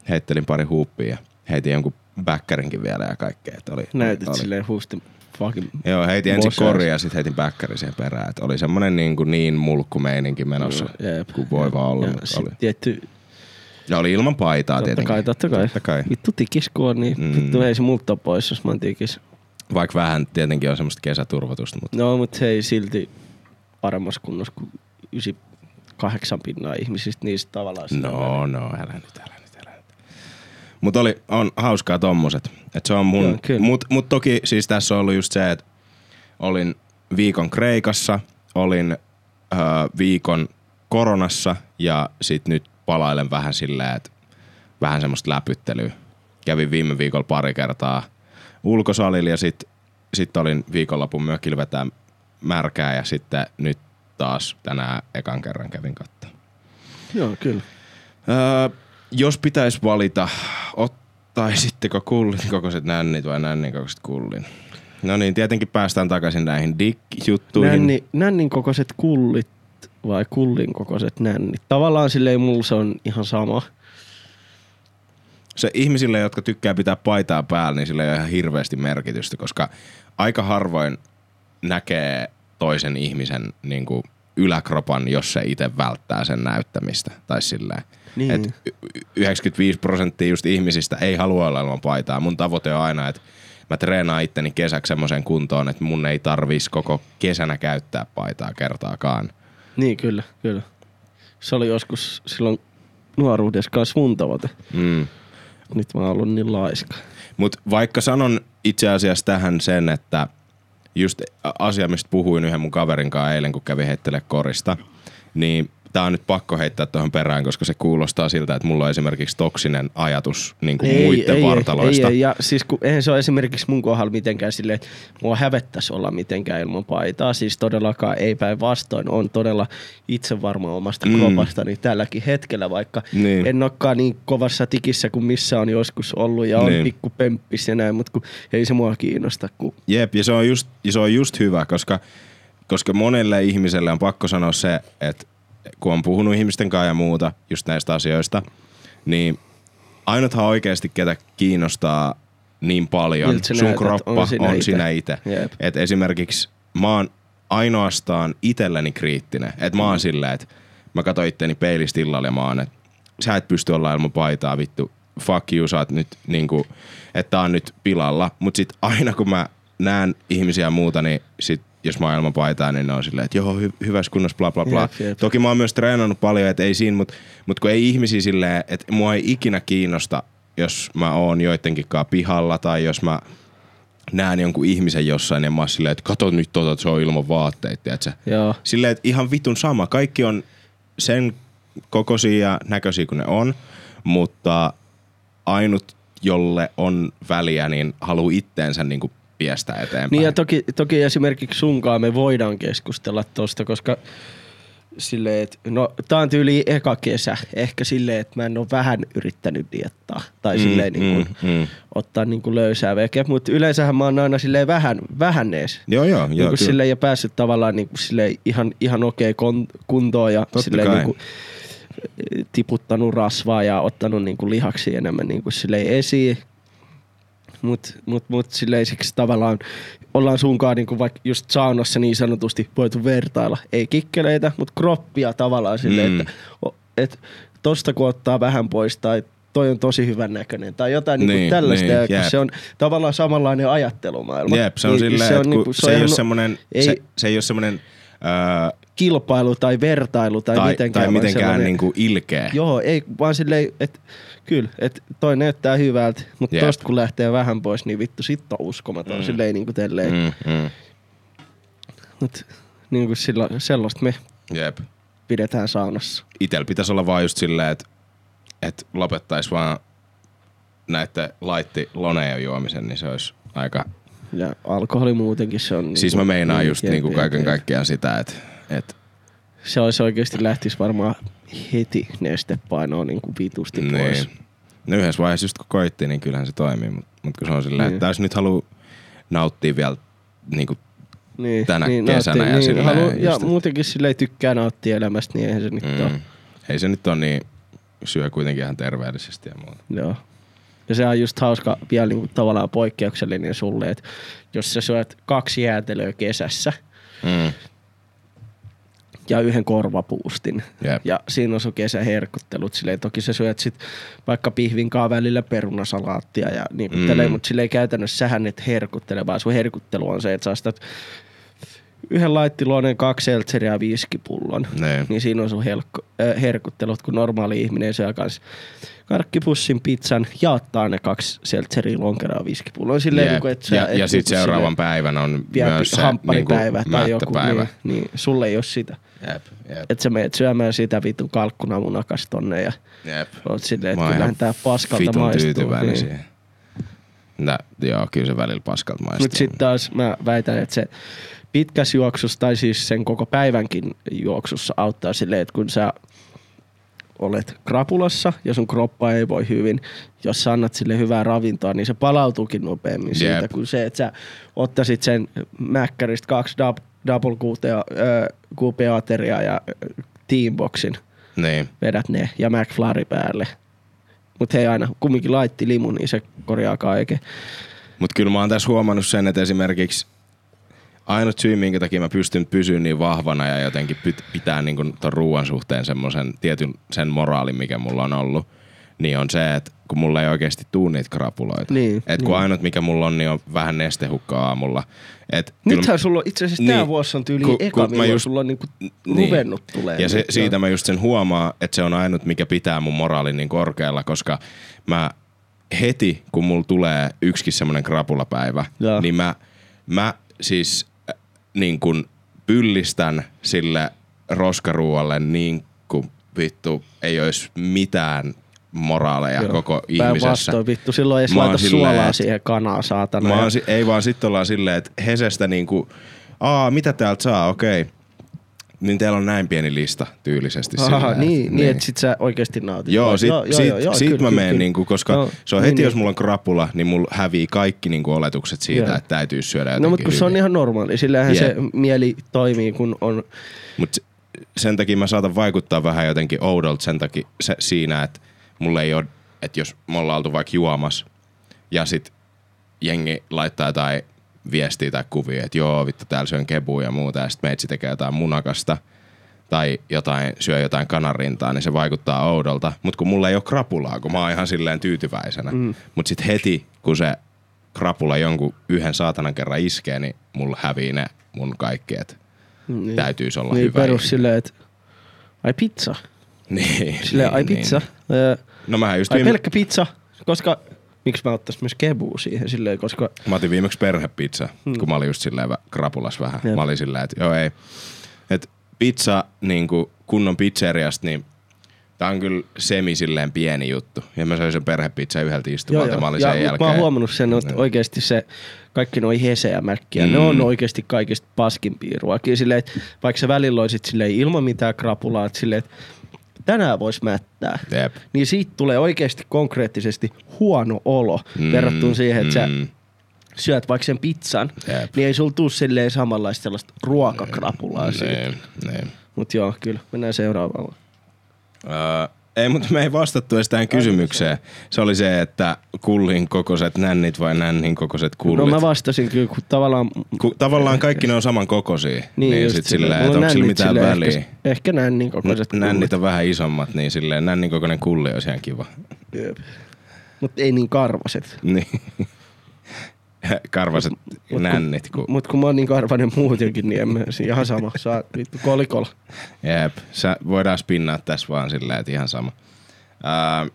heittelin pari huuppia ja heitin jonkun bäkkärinkin vielä ja kaikkea. Että oli, näytit oli. silleen huusti fucking Joo, heitin ensin koria ja sit heitin bäkkärin siihen perään. Et oli semmonen niin, kuin niin mulkkumeininki menossa, no, kuin voi vaan olla. Ja oli. Tietty... Ja oli ilman paitaa totta tietenkin. Kai, totta kai, totta kai. Vittu tikis kun on, niin mm. vittu ei se multa pois, jos mä oon tikis. Vaikka vähän tietenkin on semmoista kesäturvatusta. Mutta... No, mut hei silti paremmassa kunnossa kuin yhdeksänkymmentäkahdeksan pinnaa ihmisistä niistä tavallaan. No, no, älä nyt, älä nyt, älä nyt. Mut oli, on hauskaa tommoset. Et se on mun, Joo, mut, mut toki siis tässä on ollut just se, että olin viikon Kreikassa, olin ö, viikon koronassa ja sit nyt palailen vähän silleen, että vähän semmoista läpyttelyä. Kävin viime viikolla pari kertaa ulkosalilla ja sit, sit olin viikonlopun mökillä vetää märkää ja sitten nyt taas tänään ekan kerran kävin katsomaan. Joo, kyllä. Öö, jos pitäisi valita, ottaisitteko kullin kokoiset nännit vai nännin kokoiset kullin? No niin, tietenkin päästään takaisin näihin dick-juttuihin. Nänni, nännin kokoiset kullit vai kullin kokoiset nännit? Tavallaan silleen mulla se on ihan sama. Se ihmisille, jotka tykkää pitää paitaa päällä, niin sillä ei ole ihan hirveästi merkitystä, koska aika harvoin näkee toisen ihmisen niin kuin yläkropan, jos se itse välttää sen näyttämistä. Tai silleen, niin. Että yhdeksänkymmentäviisi prosenttia just ihmisistä ei halua olla ilman paitaa. Mun tavoite on aina, että mä treenaan itteni kesäksi semmoiseen kuntoon, että mun ei tarvis koko kesänä käyttää paitaa kertaakaan. Niin, kyllä, kyllä. Se oli joskus silloin nuoruudessa kanssa mun tavoite. Mm. Nyt mä oon ollut niin laiska. Mut vaikka sanon itse asiassa tähän sen, että just asia, mistä puhuin yhden mun kaverin kanssa eilen, kun kävin heittele korista, niin tää on nyt pakko heittää tuohon perään, koska se kuulostaa siltä, että mulla on esimerkiksi toksinen ajatus niin kuin ei, muiden ei, vartaloista. Ei, ei, ja siis kun eihän se ole esimerkiksi mun kohdalla mitenkään silleen, että mua hävettäisi olla mitenkään ilman paitaa. Siis todellakaan ei päinvastoin. On todella itse varma omasta mm. kropastani tälläkin hetkellä, vaikka niin. en olekaan niin kovassa tikissä kuin missä on joskus ollut ja on niin. pikku pemppis ja näin, mutta kun ei se mua kiinnosta. Kun... Jep, ja se on just, ja se on just hyvä, koska, koska monelle ihmiselle on pakko sanoa se, että kun on puhunut ihmisten kanssa ja muuta just näistä asioista, niin ainuthan oikeasti ketä kiinnostaa niin paljon, sun näytät, kroppa on sinä, on sinä itse. Että esimerkiksi mä oon ainoastaan itselleni kriittinen. Että mä oon silleen, että mä katson itteni peilistä illalla ja mä oon, että sä et pysty olla ilman paitaa, vittu, fuck you, sä oot nyt niinku, että tää on nyt pilalla. Mut sit aina kun mä näen ihmisiä ja muuta, niin sit jos mä oon ilman paitaa, niin ne on silleen, että joo, hy- hyvässä kunnossa, bla bla bla. Jep, jep. Toki mä oon myös treenannut paljon, että ei siinä, mutta mut kun ei ihmisiä silleen, että mua ei ikinä kiinnosta, jos mä oon joidenkinkaan pihalla tai jos mä näen jonkun ihmisen jossain ja mä oon silleen, että kato nyt tota, että se on ilman vaatteita, tiiätsä. Joo. Silleen, että ihan vitun sama. Kaikki on sen kokoisia ja näköisiä kuin ne on, mutta ainut, jolle on väliä, niin haluu itteensä niinku piestä eteenpäin. Niin ja toki, toki esimerkiksi sunkaan me voidaan keskustella tosta, koska silleen, että no tää on tyyli eka kesä. Ehkä silleen, että mä en oo vähän yrittänyt diettaa. Tai mm, silleen mm, niin kuin mm. ottaa niin kuin löysää vekeä. Mutta yleensähän mä oon aina silleen vähän, vähän ees. Joo joo. Niin joo silleen ja päässyt tavallaan niin kuin silleen ihan, ihan okei kon- kuntoon ja totta silleen kai. niin kuin tiputtanut rasvaa ja ottanut niin kuin lihaksia enemmän niin kuin silleen esiin. Mut, mut, mut silleen siksi tavallaan ollaan sunkaan niinku vaikka just saunassa niin sanotusti voitu vertailla. Ei kikkeleitä, mut kroppia tavallaan silleen, mm. että et tosta kun ottaa vähän pois tai toi on tosi hyvän näköinen tai jotain niin, niinku tällaista. Niin, ja se on tavallaan samanlainen ajattelumaailma. Jep, se on niin, silleen, se, on niinku, se, se ei ole semmonen, ei, se, se ei ole semmonen öö, kilpailu tai vertailu tai, tai mitenkään. Tai mitenkään niinku ilkeä. Joo, ei vaan silleen, että kyllä, että toi näyttää hyvältä, mutta yep. tosta kun lähtee vähän pois, niin vittu sit on uskomaton. Mm. Silleen niinku telleen. Mm, mm. Mut niinku sillä, sellaista me Jep. pidetään saunassa. Itel pitäisi olla vaan just silleen, että et lopettais vaan näitten laitti loneja juomisen, niin se olisi aika... Ja alkoholi muutenkin se on... Siis niinku, mä meinaan just jep, niinku kaiken jep, kaikkiaan sitä, että... Et se olisi oikeesti lähtis varmaan heti nestepainoa niinku vitusti niin pois. No yhdessä vaiheessa just kun koitti, niin kyllähän se toimii, mutta mut kun se on silleen, niin. että jos nyt haluu nauttia vielä niinku niin, tänä niin, kesänä nauttii, ja niin, silleen... Halu, ja just, muutenkin silleen tykkää nauttia elämästä, niin eihän se nyt mm, ole. Ei se nyt ole niin syö kuitenkin ihan terveellisesti ja muuta. Joo. Ja se on just hauska vielä niinku tavallaan poikkeuksellinen sulle, että jos sä syöt kaksi jäätelöä kesässä mm. ja yhden korvapuustin yep. ja siinä on sun kesäherkuttelut, silleen toki sä syöt sit vaikka pihvinkaan välillä perunasalaattia ja niin mm. tälleen, mutta silleen käytännössä sähän et herkuttele, vaan sun herkuttelu on se, että sä ostat yhden laittiluoneen, kaksi seltseriä ja viskipullon, ne. Niin siinä on sun helkko, äh, herkuttelut, kun normaali ihminen syö kans karkkipussin, pizzan ja ottaa ne kaksi seltseriä, lonkeraa, viskipullon. Silleen, niin kuin, että ja ja sitten seuraavan päivän on myös se hampparipäivä niin tai joku. Niin, niin, sulle ei ole sitä. Jep, jep. Että sä meet syömään sitä vitun kalkkunamunakas tonne ja jep. oot silleen, että kyllähän tää paskalta maistuu. Tyytyväinen niin. Siihen. Nä, joo, kyllä se välillä paskalta maistuu. Nyt sit taas mä väitän, että se pitkässä juoksussa tai siis sen koko päivänkin juoksussa auttaa silleen, että kun sä olet krapulassa ja sun kroppa ei voi hyvin, jos sä annat sille hyvää ravintoa, niin se palautuukin nopeammin siitä, yep. kuin se, että sä ottaisit sen mäkkäristä kaksi dub, double Q P-ateriaa ja Teamboxin, niin. Vedät ne ja McFlurry päälle. Mut hei aina, kumminkin laitti limu, niin se korjaa kaiken. Mut kyllä mä oon tässä huomannut sen, että esimerkiksi ainut syy, minkä takia mä pystyn pysyä niin vahvana ja jotenkin pitää niin kuin ton ruoan suhteen semmoisen tietyn sen moraalin, mikä mulla on ollut, niin on se, että kun mulla ei oikeasti tuu niitä krapuloita. Niin, et kun niin. Ainut mikä mulla on, niin on vähän nestehukkaa aamulla. Et nythän kyllä, sulla on itse asiassa niin, tää vuosi on tyyli eka, milloin just, sulla on niinku niin, ruvennut tulee. Ja se, siitä mä just sen huomaan, että se on ainut, mikä pitää mun moraalin niin korkealla, koska mä heti, kun mulla tulee yksikin semmonen krapulapäivä, ja. niin mä, mä siis niin kun pyllistän sille roskaruualle niin kuin vittu ei olisi mitään moraaleja joo. Koko ihmisessä. Päinvastoin vittu, silloin ei laita suolaa siihen kanaan, saatana. Mä si- ei vaan sit ollaan silleen, että Hesestä niinku, aa mitä täältä saa, okei. Niin teillä on näin pieni lista tyylisesti. Aha, silleen, niin, niin, niin, että sit sä oikeesti nautit. Joo, sit, joo, sit, joo, joo, sit kyllä, mä menen kyllä. Niinku, koska no, se on heti, niin, jos mulla on krapula, niin mulla hävii kaikki niinku oletukset siitä, joo. Että täytyy syödä jotenkin. No mut kun hyvin. Se on ihan normaali, sillähän yeah. se mieli toimii, kun on. Mut sen takia mä saatan vaikuttaa vähän jotenkin oudolta sen takia se, siinä, että mulla ei oo, että jos me ollaan oltu vaikka juomassa ja sit jengi laittaa jotain viestiä tai kuvia, että joo vittu täällä syön kebua ja muuta ja sit meitsi tekee jotain munakasta tai jotain, syö jotain kanarintaa, niin se vaikuttaa oudolta. Mut kun mulla ei oo krapulaa, kun mä oon ihan silleen tyytyväisenä. Mm. Mut sit heti, kun se krapula jonkun yhden saatanan kerran iskee, niin mulla hävii ne mun kaikki, että niin. Täytyis olla niin, hyvä. Niin perus silleen, että ai pizza. Niin. Silleen ai pizza. Niin. No mähän just ai viime... pelkkä pizza, koska miksi mä ottais myös kebua siihen silleen, koska mä otin viimeksi perhepizza, hmm. kun mä olin just silleen krapulas vähän. Jep. Mä olin silleen, että joo ei. Et pizza niinku kunnon pizzeriasta, niin tää on kyllä semi silleen pieni juttu. Ja mä söin sen perhepizza yhdeltä istumalta ja mä olin ja sen jälkeen. Mä oon huomannut sen, että oikeesti se kaikki noi Hese ja Mäkkiä, mm. ne on oikeesti kaikista paskimpia ruokia. Silleen, että vaikka sä välillä oisit silleen ilman mitään krapulaa, että silleen, että tänään vois mättää. Jep. Niin siitä tulee oikeesti konkreettisesti huono olo mm. verrattuna siihen, että mm. sä syöt vaikka sen pizzan, Jep. niin ei sul tuu silleen samanlaista sellaista ruokakrapulaa siitä. Mut joo, kyllä. Mennään seuraavaan. Uh, ei, mutta me ei vastattu edes tähän kysymykseen. Se oli se, että kullin kokoiset nännit vai nännin kokoiset kullit. No mä vastasin kyllä, kun tavallaan... Kun tavallaan kaikki ne on saman kokoisia. Niin, niin sit silleen, että onko sillä mitään väliä. Ehkä, ehkä nännin kokoiset kullit. Nännit on vähän isommat, niin silleen nännin kokoinen kulli olisi ihan kiva. Jep. Mut ei niin karvaset. Niin. Karvaset mut, nännit. Kun... Mut kun mä oon niin karvainen muutenkin, niin en mä ihan sama. Saa vittu kolikolla. Jep. Sä voidaan spinnaa tässä vaan silleen, että ihan sama. Uh,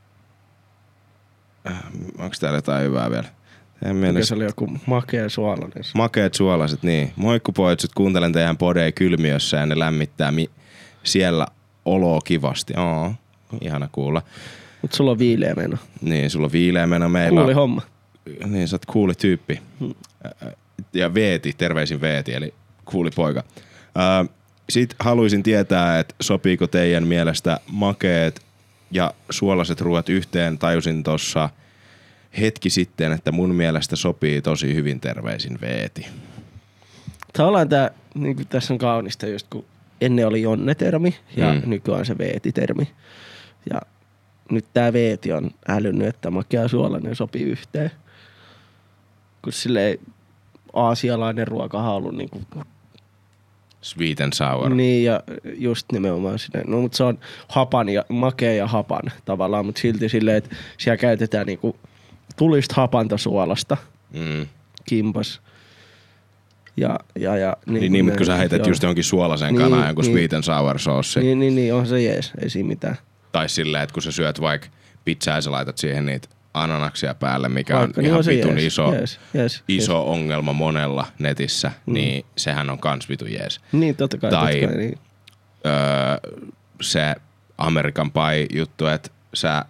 onko täällä jotain hyvää vielä? Mikä se oli joku makea suolainen? Makeet suolaset, niin. Moikku poitsut, kuuntelen teidän podei kylmiössä ja ne lämmittää mi- siellä oloa kivasti. Oo, ihana kuulla. Mut sulla on viileä meno. Niin, sulla on viileä meno. Meillä Kuuli on... homma. Niin, sä oot kuuli tyyppi. Hmm. Ja Veeti, terveisin Veeti, eli kuuli poika. Uh, Sitten haluaisin tietää, että sopiiko teidän mielestä makeet ja suolaiset ruoat yhteen. Tajusin tossa hetki sitten, että mun mielestä sopii tosi hyvin, terveisin Veeti. Tavallaan tää, niin kuin tässä on kaunista just, kun ennen oli Jonne-termi ja hmm. nykyään se Veeti-termi. Ja nyt tää Veeti on älynnyt, että makea suolainen sopii yhteen. Kun silleen aasialainen ruokahan on ollut niinku... Sweet and sour. Niin, ja just nimenomaan silleen. No, mutta se on hapan ja makea ja hapan tavallaan, mutta silti silleen, että siellä käytetään niinku tulista hapantasuolasta. Mm. Kimpas. Ja, ja, ja, niin, niin, niin mutta kun sä heität just johonkin suolaiseen niin, kanaan jonkun niin, sweet and sour sauce. Niin, niin, niin, on se jees, ei siinä mitään. Tai silleen, että kun sä syöt vaikka pizzaa ja sä laitat siihen niitä ananaksia päälle, mikä vaikka, on niin ihan on vitun jees, iso, jees, jees, iso jees. ongelma monella netissä, mm. niin sehän on kans vitun jees. Niin, totta kai. Tai totta kai, niin. öö, se American Pie juttu, että sä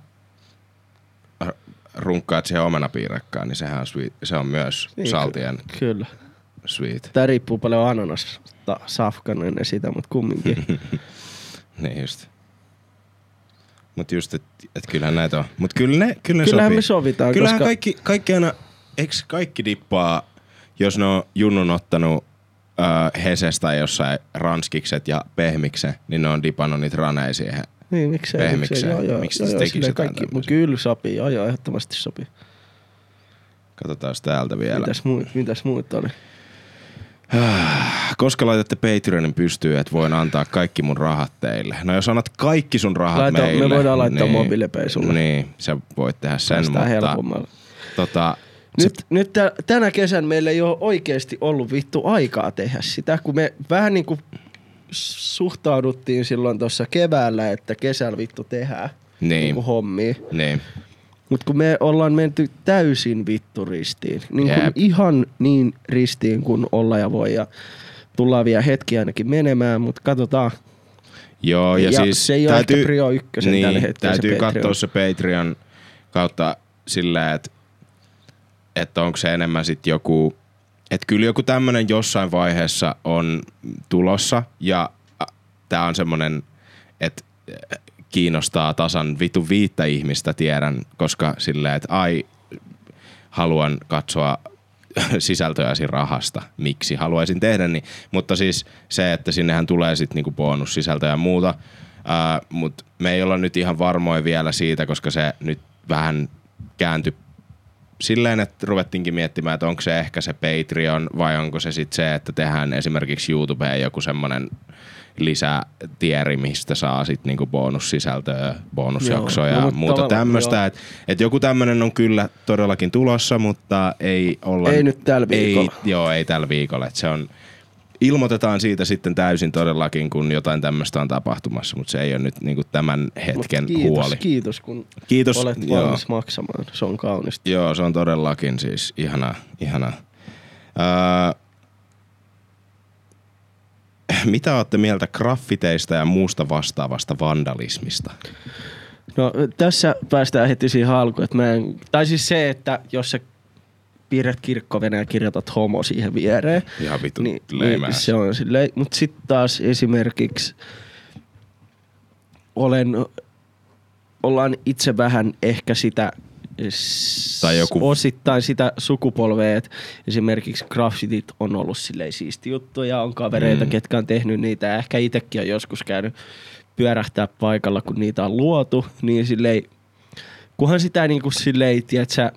runkkaat siihen omenapiirakkaan, niin sehän on, sweet, se on myös niin, saltien kyllä. sweet. Tää riippuu paljon ananasta safkan ennen sitä, mutta kumminkin. Niin just. Mut just, että et kyllähän näitä on. Mut kyllä ne, kyllä ne Kyllähän sopii. me sovitaan, kyllähän koska... kaikki, kaikki aina, eiks kaikki dippaa, jos ne on junnun ottanut äh, Hesestä tai jossain ranskikset ja pehmiksen, niin ne on dipannut niitä raneja siihen niin, miksei, pehmikseen. miksei, joo, joo, Miksi joo, se joo, tekisi jotain kaikki, mut kyllä sopii, joo joo, ehdottomasti sopii. Katsotaan täältä vielä. Mitäs muut, mitäs muut oli? Koska laitatte Patreonin pystyyn, että voin antaa kaikki mun rahat teille. No jos annat kaikki sun rahat Laita, meille. Me voidaan laittaa niin, MobilePay sulle. Niin, sä voit tehdä sen, päästään mutta... helpommalla. Tota, nyt, se... nyt tä, tänä kesän meillä ei ole oikeesti ollut vittu aikaa tehdä sitä, kun me vähän niinku suhtauduttiin silloin tuossa keväällä, että kesällä vittu tehdään niin. niinku hommia. Niin. Mut kun me ollaan menty täysin vittu ristiin, niin kun ihan niin ristiin kun olla ja voi ja tullaan vielä hetki ainakin menemään, mutta katsotaan. Joo, ja, ja siis se ei täytyy, ole ehkä prio ykkösen niin, tällä hetkellä. Täytyy katsoa se Patreon kautta silleen, että että onko se enemmän sit joku, että kyllä joku tämmönen jossain vaiheessa on tulossa ja tää on semmonen, että kiinnostaa tasan vitu viittä ihmistä, tiedän, koska silleen, että ai, haluan katsoa sisältöjäsi rahasta, miksi haluaisin tehdä niin, mutta siis se, että sinnehän tulee sit niinku bonussisältöjä ja muuta, ää, mut me ei olla nyt ihan varmoja vielä siitä, koska se nyt vähän kääntyi silleen, että ruvettiinkin miettimään, että onko se ehkä se Patreon vai onko se sitten se, että tehdään esimerkiksi YouTubeen joku semmonen lisätieri, mistä saa sit niinku bonussisältöä, bonusjaksoja ja no, muuta tämmöstä. Että et joku tämmönen on kyllä todellakin tulossa, mutta ei olla... Ei nyt tällä viikolla. Ei, joo, ei tällä viikolla. Et se on, ilmoitetaan siitä sitten täysin todellakin, kun jotain tämmöstä on tapahtumassa, mutta se ei ole nyt niinku tämän hetken kiitos, huoli. Kiitos, kun kiitos, olet joo. valmis maksamaan. Se on kaunista. Joo, se on todellakin siis ihanaa. ihanaa. Öö, mitä ootte mieltä graffiteista ja muusta vastaavasta vandalismista? No tässä päästään heti siihen alkuun, että mä en, tai siis se, että jos sä piirrät kirkkoveneen ja kirjoitat homo siihen viereen. Ihan vittu niin, leimää. Niin se on silleen, mut sit taas esimerkiksi olen, ollaan itse vähän ehkä sitä tai joku... osittain sitä sukupolvea, että esimerkiksi graffitit on ollut silleen siisti juttu ja on kavereita, mm. ketkä on tehnyt niitä ja ehkä itsekin on joskus käynyt pyörähtää paikalla, kun niitä on luotu, niin silleen, kunhan sitä niinku silleen, tiedätkö,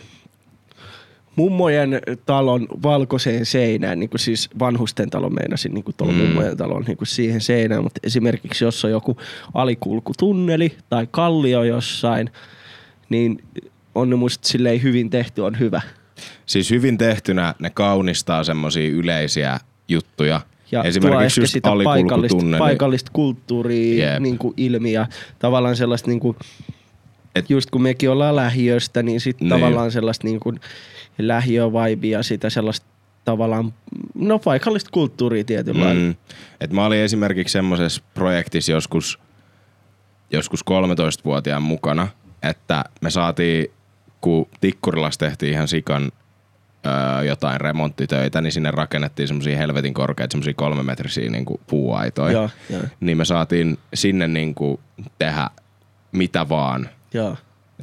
mummojen talon valkoiseen seinään, niin kuin siis vanhusten talon meinasin, niin kuin tuolla mm. mummojen talon niin kuin siihen seinään, mutta esimerkiksi jos on joku alikulkutunneli tai kallio jossain, niin on ne musta silleen hyvin tehty, on hyvä. Siis hyvin tehtynä ne kaunistaa semmosia yleisiä juttuja. Ja esimerkiksi just sitä paikallista, paikallista kulttuuria niin kuin ilmiä, tavallaan sellaista niin kuin, et just kun mekin ollaan lähiöstä, niin sitten niin. tavallaan sellaista niin kuin lähiövibia, sitä sellaista tavallaan, no paikallista kulttuuria tietyllä mm. Et mä olin esimerkiksi semmoisessa projektissa joskus, joskus kolmetoistavuotiaan mukana, että me saatiin, kun Tikkurilassa tehtiin ihan sikan öö, jotain remonttitöitä, niin sinne rakennettiin semmosia helvetin korkeita, semmosia kolmemetrisiä niinku puuaitoja. Joo, joo. Niin me saatiin sinne niinku tehdä mitä vaan. Joo.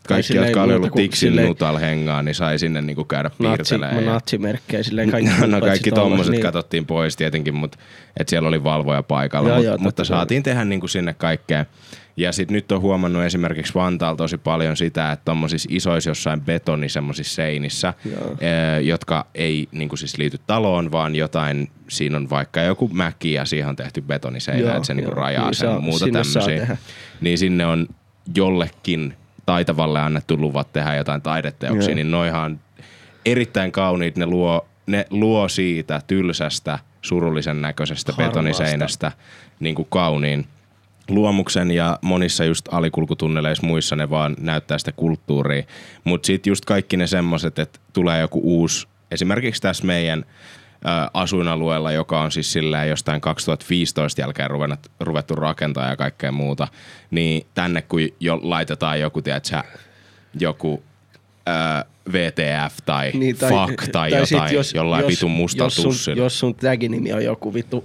kaikki, jotka oli ollut Tiksin nutal hengaa, niin sai sinne niinku käydä piirtelemään. Natsi, natsimerkkejä silleen kaikki. No kaikki tommoset niin. Katsottiin pois tietenkin, mutta et siellä oli valvoja paikalla, joo, mut, joo, mutta saatiin tehdä niinku sinne kaikkea. Ja sit nyt on huomannut esimerkiksi Vantaalla tosi paljon sitä, että tommosissa isoissa jossain betoni semmosissa seinissä, e, jotka ei niinku siis liity taloon, vaan jotain, siinä on vaikka joku mäki ja siihen on tehty betoniseinä, että se niinku rajaa niin, sen saa, muuta tämmöisiä. Niin sinne on jollekin taitavalle annettu luvat tehdä jotain taideteoksia, niin noihan erittäin kauniit, ne luo, ne luo siitä tylsästä, surullisen näköisestä harmaasta betoniseinästä niinku kauniin luomuksen, ja monissa just alikulkutunneleissa muissa ne vaan näyttää sitä kulttuuria. Mut sit just kaikki ne semmoset, että tulee joku uusi, esimerkiksi tässä meidän ä, asuinalueella, joka on siis silleen jostain kaksituhattaviisitoista jälkeen ruvettu, ruvettu rakentaa ja kaikkea muuta, niin tänne kun jo laitetaan joku, tiedätkö, joku ä, V T F tai, niin, tai fuck tai, tai jotain, jos, jollain jos, vitun mustalla tussilla. Jos sun taginimi on joku vittu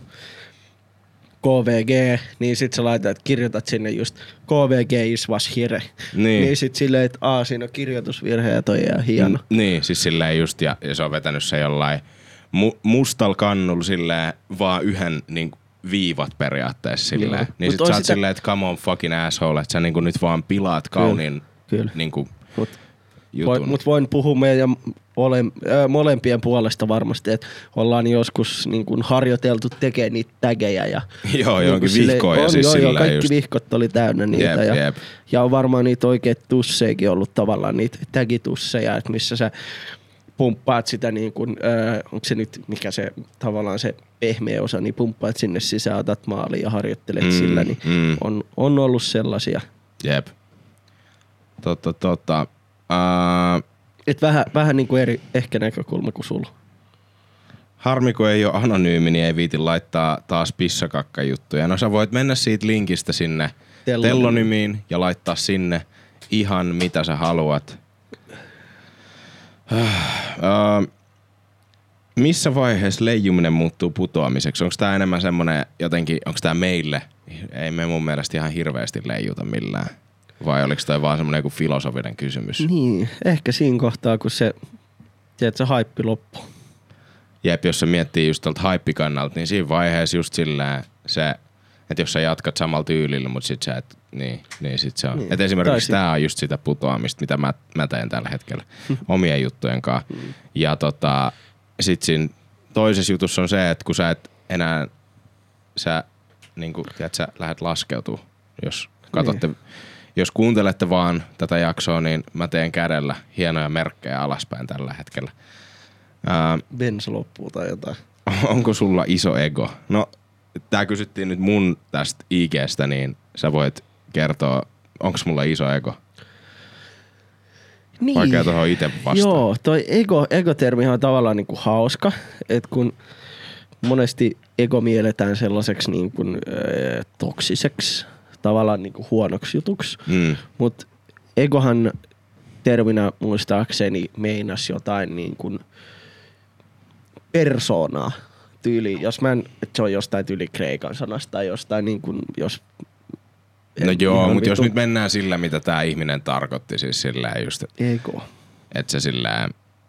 K V G, niin sit sä laitat, kirjoitat sinne just K V G is was here. Niin. Niin sit silleen, että aa, siinä on kirjoitusvirhe ja toi on hieno. N- niin, siis silleen just, ja, ja se on vetänyt se jollain mu- mustal kannulla silleen vaan yhden niin viivat periaatteessa silleen. Joo. Niin mut sit sä oot sitä silleen, että come on fucking asshole, että sä niinku nyt vaan pilaat kauniin niinku Mut. jutun. Mutta voin puhua meidän ole, äh, molempien puolesta varmasti, että ollaan joskus niin kuin harjoiteltu tekemään niitä tägejä. Ja, joo, jonkin vihkoja on, siis joo, sillä joo, kaikki just vihkot oli täynnä niitä. Jep, ja, jep. ja on varmaan niitä oikeita tusseikin ollut tavallaan, niitä tägitusseja, että missä sä pumppaat sitä niin kuin, äh, onko se nyt, mikä se tavallaan se pehmeä osa, niin pumppaat sinne sisään, otat maaliin ja harjoittelet mm, sillä, niin mm. on, on ollut sellaisia. Jep. Totta, totta. Uh, Et vähän, vähän niin kuin eri ehkä näkökulma kuin sulla. Harmi, kun ei ole anonyymi, niin ei viiti laittaa taas pissakakkajuttuja. No sä voit mennä siitä linkistä sinne Tellonymiin ja laittaa sinne ihan mitä sä haluat. Uh, missä vaiheessa leijuminen muuttuu putoamiseksi? Onko tää enemmän semmonen jotenkin, onko tää meille? Ei me mun mielestä ihan hirveästi leijuta millään. Vai oliko toi vaan semmonen joku filosofinen kysymys? Niin, ehkä siinä kohtaa, kun se, tiedätkö, haippi loppuu. Jep, jos se miettii just tältä haippikannalta, niin siinä vaiheessa just silleen se, että jos sä jatkat samalla tyylillä, mutta sit sä et, niin, niin sit se on. Niin. Et esimerkiksi Taisi. tää on just sitä putoamista, mitä mä, mä teen tällä hetkellä omien juttujen kanssa. Hmm. Ja tota, sit siinä toisessa jutussa on se, että kun sä et enää, sä niinku, tiedät, sä lähdet laskeutuu, jos katsotte, niin. Jos kuuntelette vaan tätä jaksoa, niin mä teen kädellä hienoja merkkejä alaspäin tällä hetkellä. Ää, Bensa loppuu tai jotain. Onko sulla iso ego? No, tää kysyttiin nyt mun tästä I G:stä, niin sä voit kertoa, onko mulla iso ego? Niin. Vaikea tuohon itse vastaan. Joo, toi ego, ego-termi on tavallaan niinku hauska, että kun monesti ego mielletään sellaiseksi niin kuin, äh, toksiseksi, tavallaan niinku huonoksi jutuksi, mm. mutta egohan terminä muistaakseni meinasi jotain niin kuin persoonaa tyyli, jos mä en, että se on jostain tyyli kreikan sanasta tai jostain niin kuin, jos no joo, mutta jos nyt mennään sillä, mitä tää ihminen tarkoitti, siis silleen just, että ego. Et sä silleen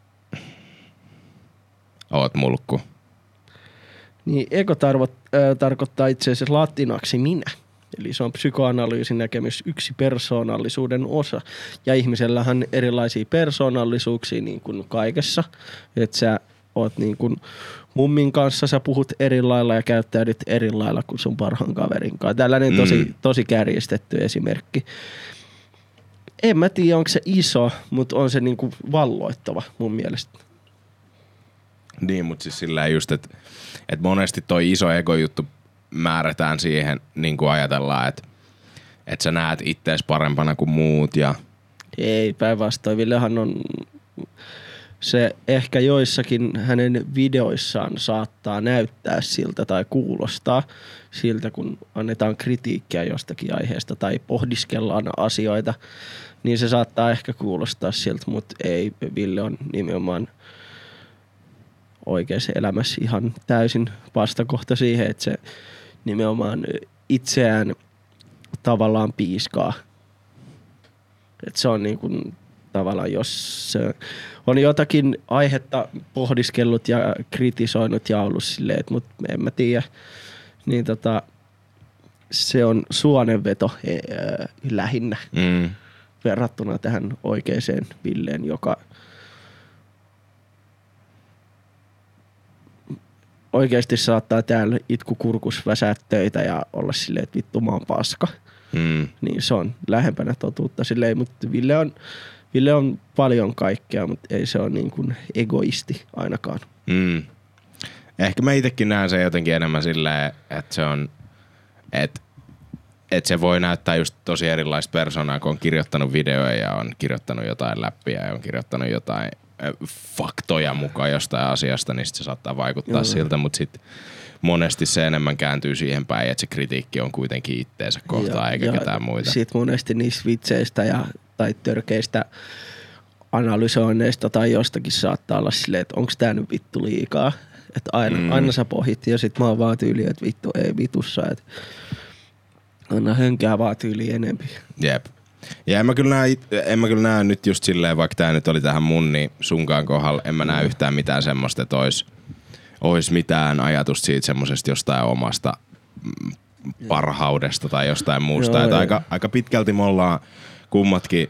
oot mulkku. Niin ego tarvot, äh, tarkoittaa itse asiassa latinaksi minä. Eli se on psykoanalyysin näkemys yksi persoonallisuuden osa. Ja ihmisellähän on erilaisia persoonallisuuksia niin kuin kaikessa. Että sä oot niin kuin mummin kanssa, sä puhut eri lailla ja käyttäydyt eri lailla kuin sun parhaan kaverin kanssa. Tällainen tosi, mm. tosi kärjistetty esimerkki. En mä tiedä, onko se iso, mutta on se niin kuin valloittava mun mielestä. Niin, mutta siis sillä just, että et monesti toi iso ego-juttu määrätään siihen, niin kuin ajatellaan, että et sä näet ittees parempana kuin muut. Ja ei, päinvastoin. Villehan on se ehkä joissakin hänen videoissaan saattaa näyttää siltä tai kuulostaa siltä, kun annetaan kritiikkiä jostakin aiheesta tai pohdiskellaan asioita, niin se saattaa ehkä kuulostaa siltä, mutta ei, Ville on nimenomaan oikeassa elämässä ihan täysin vastakohta siihen, että se nimenomaan itseään tavallaan piiskaa Et se on niin kuin, tavallaan, jos se on jotakin aihetta pohdiskellut ja kritisoinut ja ollut silleen, että mut en mä tiedä, niin tota, se on suonenveto ää, lähinnä mm. verrattuna tähän oikeeseen Villeen, joka oikeasti saattaa täällä itkukurkus väsää töitä ja olla silleen, että vittu mä oon paska. Mm. Niin se on lähempänä totuutta silleen, mutta Ville on, Ville on paljon kaikkea, mutta ei se ole niin kuin egoisti ainakaan. Mm. Ehkä mä itekin näen sen jotenkin enemmän silleen, että se on, että et se voi näyttää just tosi erilaista persoonaa, kun on kirjoittanut videoja ja on kirjoittanut jotain läppiä ja on kirjoittanut jotain faktoja mukaan jostain asiasta, niin sit se saattaa vaikuttaa Joo. siltä, mutta sitten monesti se enemmän kääntyy siihen päin, että se kritiikki on kuitenkin itteensä kohtaan ja, eikä ja ketään muita. Sitten monesti niistä vitseistä ja, tai törkeistä analysoinneista tai jostakin saattaa olla silleen, että onko tää nyt vittu liikaa. Että aina, mm. aina sä pohit ja sit mä oon vaan tyyli, että vittu ei vitussa, että anna hönkää vaan tyyli enempi. Jep. Ja en mä kyllä näe, en mä kyllä näe nyt just silleen, vaikka tää nyt oli tähän mun, niin sunkaan kohdalla en mä näe yhtään mitään semmoista, että ois, ois mitään ajatusta siitä semmosesta jostain omasta parhaudesta tai jostain muusta. Joo, että aika, aika pitkälti me ollaan kummatkin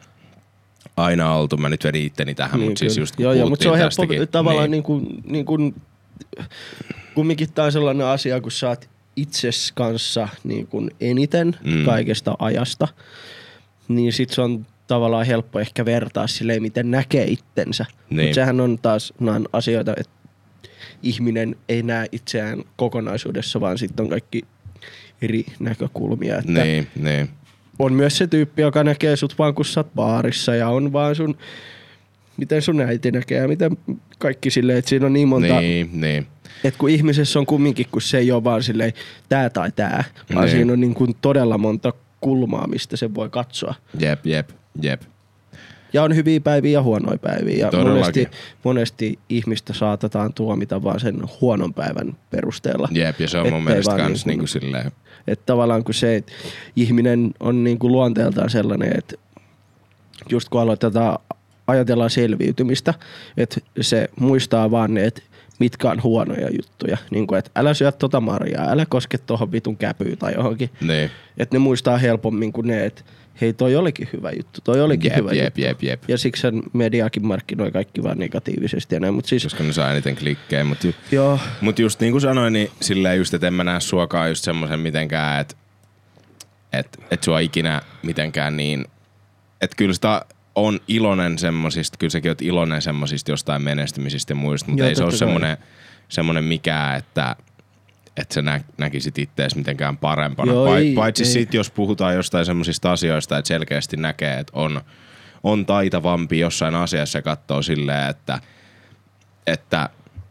aina oltu. Mä nyt vedin itteni tähän, niin, mutta siis just kun joo, puhuttiin tästäkin. Joo, mutta se on helppo tavallaan niin kuin, niin kuin, kumminkin tää on sellainen asia, kun sä oot itses kanssa niin kuin eniten mm. kaikesta ajasta, niin sit se on tavallaan helppo ehkä vertaa silleen, miten näkee itsensä. Niin. Mutta sehän on taas nään asioita, että ihminen ei näe itseään kokonaisuudessa, vaan sitten on kaikki eri näkökulmia. Että niin, niin. On myös se tyyppi, joka näkee sut vaan kun sä oot baarissa ja on vaan sun, miten sun äiti näkee ja miten kaikki silleen, että siinä on niin monta. Niin, niin. Että kun ihmisessä on kumminkin, kun se ei ole vaan silleen tää tai tää, vaan niin. Siinä on niin kuin todella monta kulmaa, mistä se voi katsoa. Jep, jep, jep. Ja on hyviä päiviä ja huonoja päiviä. Ja monesti, monesti ihmistä saatetaan tuomita vaan sen huonon päivän perusteella. Jep, ja se on mun mielestä kans niin kuin silleen. Että tavallaan kun se, että ihminen on niin kuin luonteeltaan sellainen, että just kun aloitetaan, ajatellaan selviytymistä, että se muistaa vaan ne, että mitkä on huonoja juttuja. Niin kuin, että älä syö tota marjaa, älä koske tohon vitun käpyyn tai johonkin. Niin. Että ne muistaa helpommin kuin ne, että hei toi olikin hyvä juttu, toi olikin jep, hyvä jep, juttu. Jep, jep. Ja siksi mediakin markkinoi kaikki vaan negatiivisesti ja näin. Mut siis, koska ne saa eniten klikkejä. Mutta ju- mut just niin kuin sanoin, niin silleen just, että en mä näe suokaan just semmoisen mitenkään, että et, et sua ikinä mitenkään niin, että kyllä sitä on iloinen semmosista, kyllä säkin oot iloinen semmosista jostain menestymisistä ja muista, mutta Joo, ei se ole semmoinen, semmoinen mikään, että että sä nä- näkisit ittees mitenkään parempana. Joo, pa- ei, paitsi ei. Sit, jos puhutaan jostain semmosista asioista, että selkeästi näkee, että on, on taitavampi jossain asiassa ja katsoo silleen, että, että,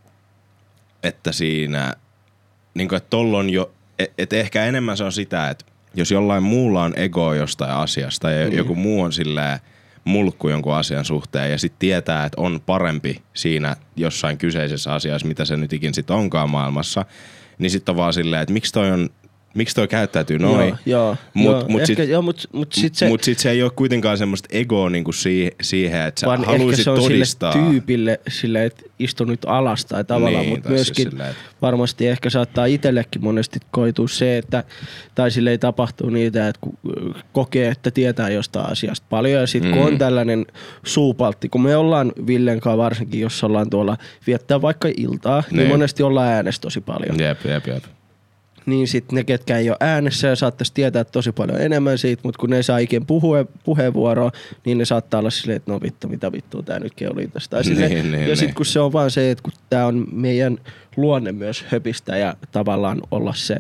että siinä, niin kuin, että tollon jo, että ehkä enemmän se on sitä, että jos jollain muulla on ego jostain asiasta ja mm. joku muu on silleen mulkku jonkun asian suhteen ja sit tietää, että on parempi siinä jossain kyseisessä asiassa, mitä se nyt ikin sit onkaan maailmassa, niin sit on vaan silleen, että miksi toi on, miksi toi käyttäytyy noin. Joo, joo. Mut, joo, mut, sit, joo, mut, mut sit se... Mut sit se ei oo kuitenkaan semmoista egoa niinku siihen, että sä vaan haluisit se on todistaa. Sille tyypille silleen, että istu nyt alas tai tavallaan, niin, mutta myöskin siis silleen, että varmasti ehkä saattaa itsellekin monesti koitua se, että tai sille ei tapahtuu niitä, että kokee, että tietää jostain asiasta paljon ja sit mm. kun on tällainen suupaltti, kun me ollaan Villen kanssa varsinkin, jos ollaan tuolla viettää vaikka iltaa, niin, niin monesti ollaan äänessä tosi paljon. Jep, jep, jep. Niin sit ne, ketkä ei ole äänessä ja saattaisi tietää tosi paljon enemmän siitä, mutta kun ne ei saa ikinä puhua, puheenvuoroa, niin ne saattaa olla silleen, että no vittu, mitä vittua tää nytkin oli tästä. Niin, niin, ja niin. Sit kun se on vaan se, että kun tää on meidän luonne myös höpistä ja tavallaan olla se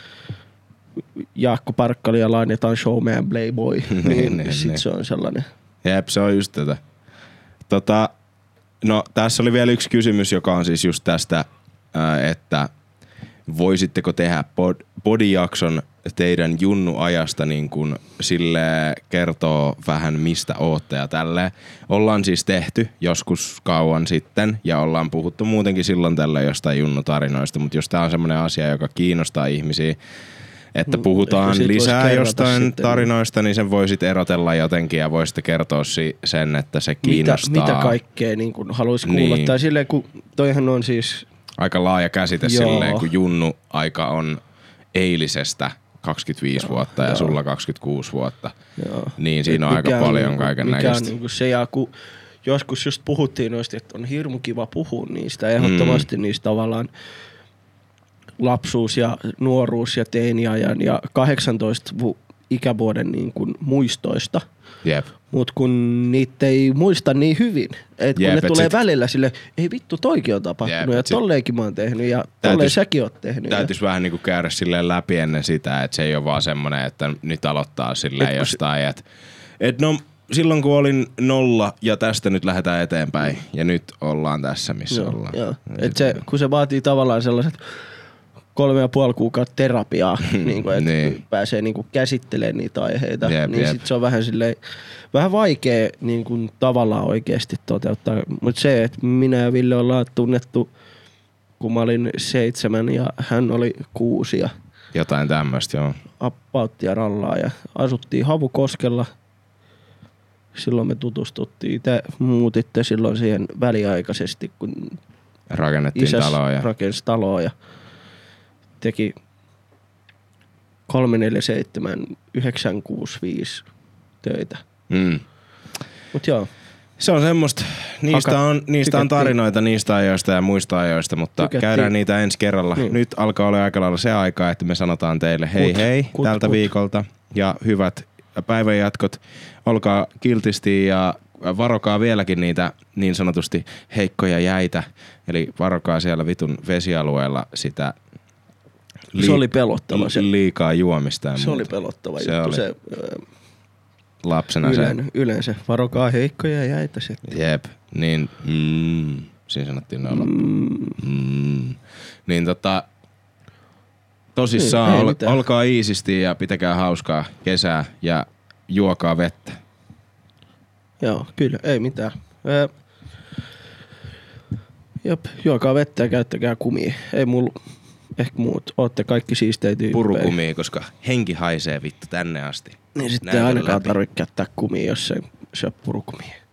Jaakko Parkkali ja lainetaan showman playboy, niin, niin, niin sit niin. Se on sellainen. Jep, se on just tätä. Tota, no tässä oli vielä yksi kysymys, joka on siis just tästä, että voisitteko tehdä pod, podijakson teidän junnu-ajasta niin kuin sille kertoo vähän mistä ootte ja tälleen. Ollaan siis tehty joskus kauan sitten ja ollaan puhuttu muutenkin silloin tällä jostain junnutarinoista, mutta jos tää on semmoinen asia, joka kiinnostaa ihmisiä, että puhutaan lisää jostain tarinoista, niin sen voisit erotella jotenkin ja voisitte kertoa si- sen, että se kiinnostaa. Mitä, mitä kaikkea niin kun haluaisi kuulla? Niin. Tai silleen, kun toihan on siis... Aika laaja käsite Joo. silleen, kun Junnu aika on eilisestä kaksikymmentäviisi Joo. vuotta ja Joo. sulla kaksikymmentäkuusi vuotta. Joo. Niin siinä on mikä aika paljon niin kaiken näköistä. Mikä on niin kuin se, ja kun joskus just puhuttiin noista, että on hirmu kiva puhua niistä, ehdottomasti mm. niistä tavallaan lapsuus ja nuoruus ja teiniajan ja kahdeksantoista vu- ikävuoden niin kuin muistoista. Jep. Mut kun niitä ei muista niin hyvin, että kun Jep, ne tulee sit... välillä sille, ei vittu toikin on tapahtunut Jep, ja tolleenkin mä oon tehnyt ja tolleen säkin oot tehnyt. Täytyis ja... vähän niinku käydä silleen läpi ennen sitä, että se ei ole vaan semmonen, että nyt aloittaa silleen et jostain, että et no silloin kun olin nolla ja tästä nyt lähdetään eteenpäin ja nyt ollaan tässä missä joo, ollaan. Joo. Et se, kun se vaatii tavallaan sellaiset kolme ja puoli kuukautta terapiaa, niin kuin, että niin. pääsee niin kuin käsittelemään niitä aiheita, jep, niin jep. sit se on vähän silleen, vähän vaikea niin kuin tavallaan oikeasti toteuttaa. Mutta se, että minä ja Ville ollaan tunnettu, kun mä olin seitsemän ja hän oli kuusi ja jotain tämmöistä, joo. Appautti ja rallaa ja asuttiin Havukoskella. Silloin me tutustuttiin. Te muutitte silloin siihen väliaikaisesti, kun rakennettiin taloa ja rakensi taloa ja teki kolme neljä seitsemän yhdeksän kuusi viisi töitä. Mm. Mut joo. Se on semmoista, niistä, Haka, on, niistä on tarinoita niistä ajoista ja muista ajoista, mutta tykättiin. Käydään niitä ensi kerralla. Niin. Nyt alkaa olla aika lailla se aika, että me sanotaan teille hei kut, hei kut, tältä kut. viikolta ja hyvät päivänjatkot. Olkaa kiltisti ja varokaa vieläkin niitä niin sanotusti heikkoja jäitä. Eli varokaa siellä vitun vesialueella sitä Liik- se oli pelottava se. Liikaa juomista. Se muuta. Oli pelottava se juttu. Oli. Se, lapsena yleensä, se. Yleensä. Varokaa heikkoja jäitä sitten. Jep. Niin, mm, siinä sanottiin noin mm. mm. Niin tota, tosissaan niin, ol, olkaa iisisti ja pitäkää hauskaa kesää ja juokaa vettä. Joo, kyllä, ei mitään. Ee, jop, juokaa vettä ja käyttäkää kumia. Ei mulla ehkä muut. Ootte kaikki siistejä tyyppejä. Purukumia, koska henki haisee vittu tänne asti. Niin sitten ei ainakaan tarvitse käyttää kumia, jos ei syö purukumia.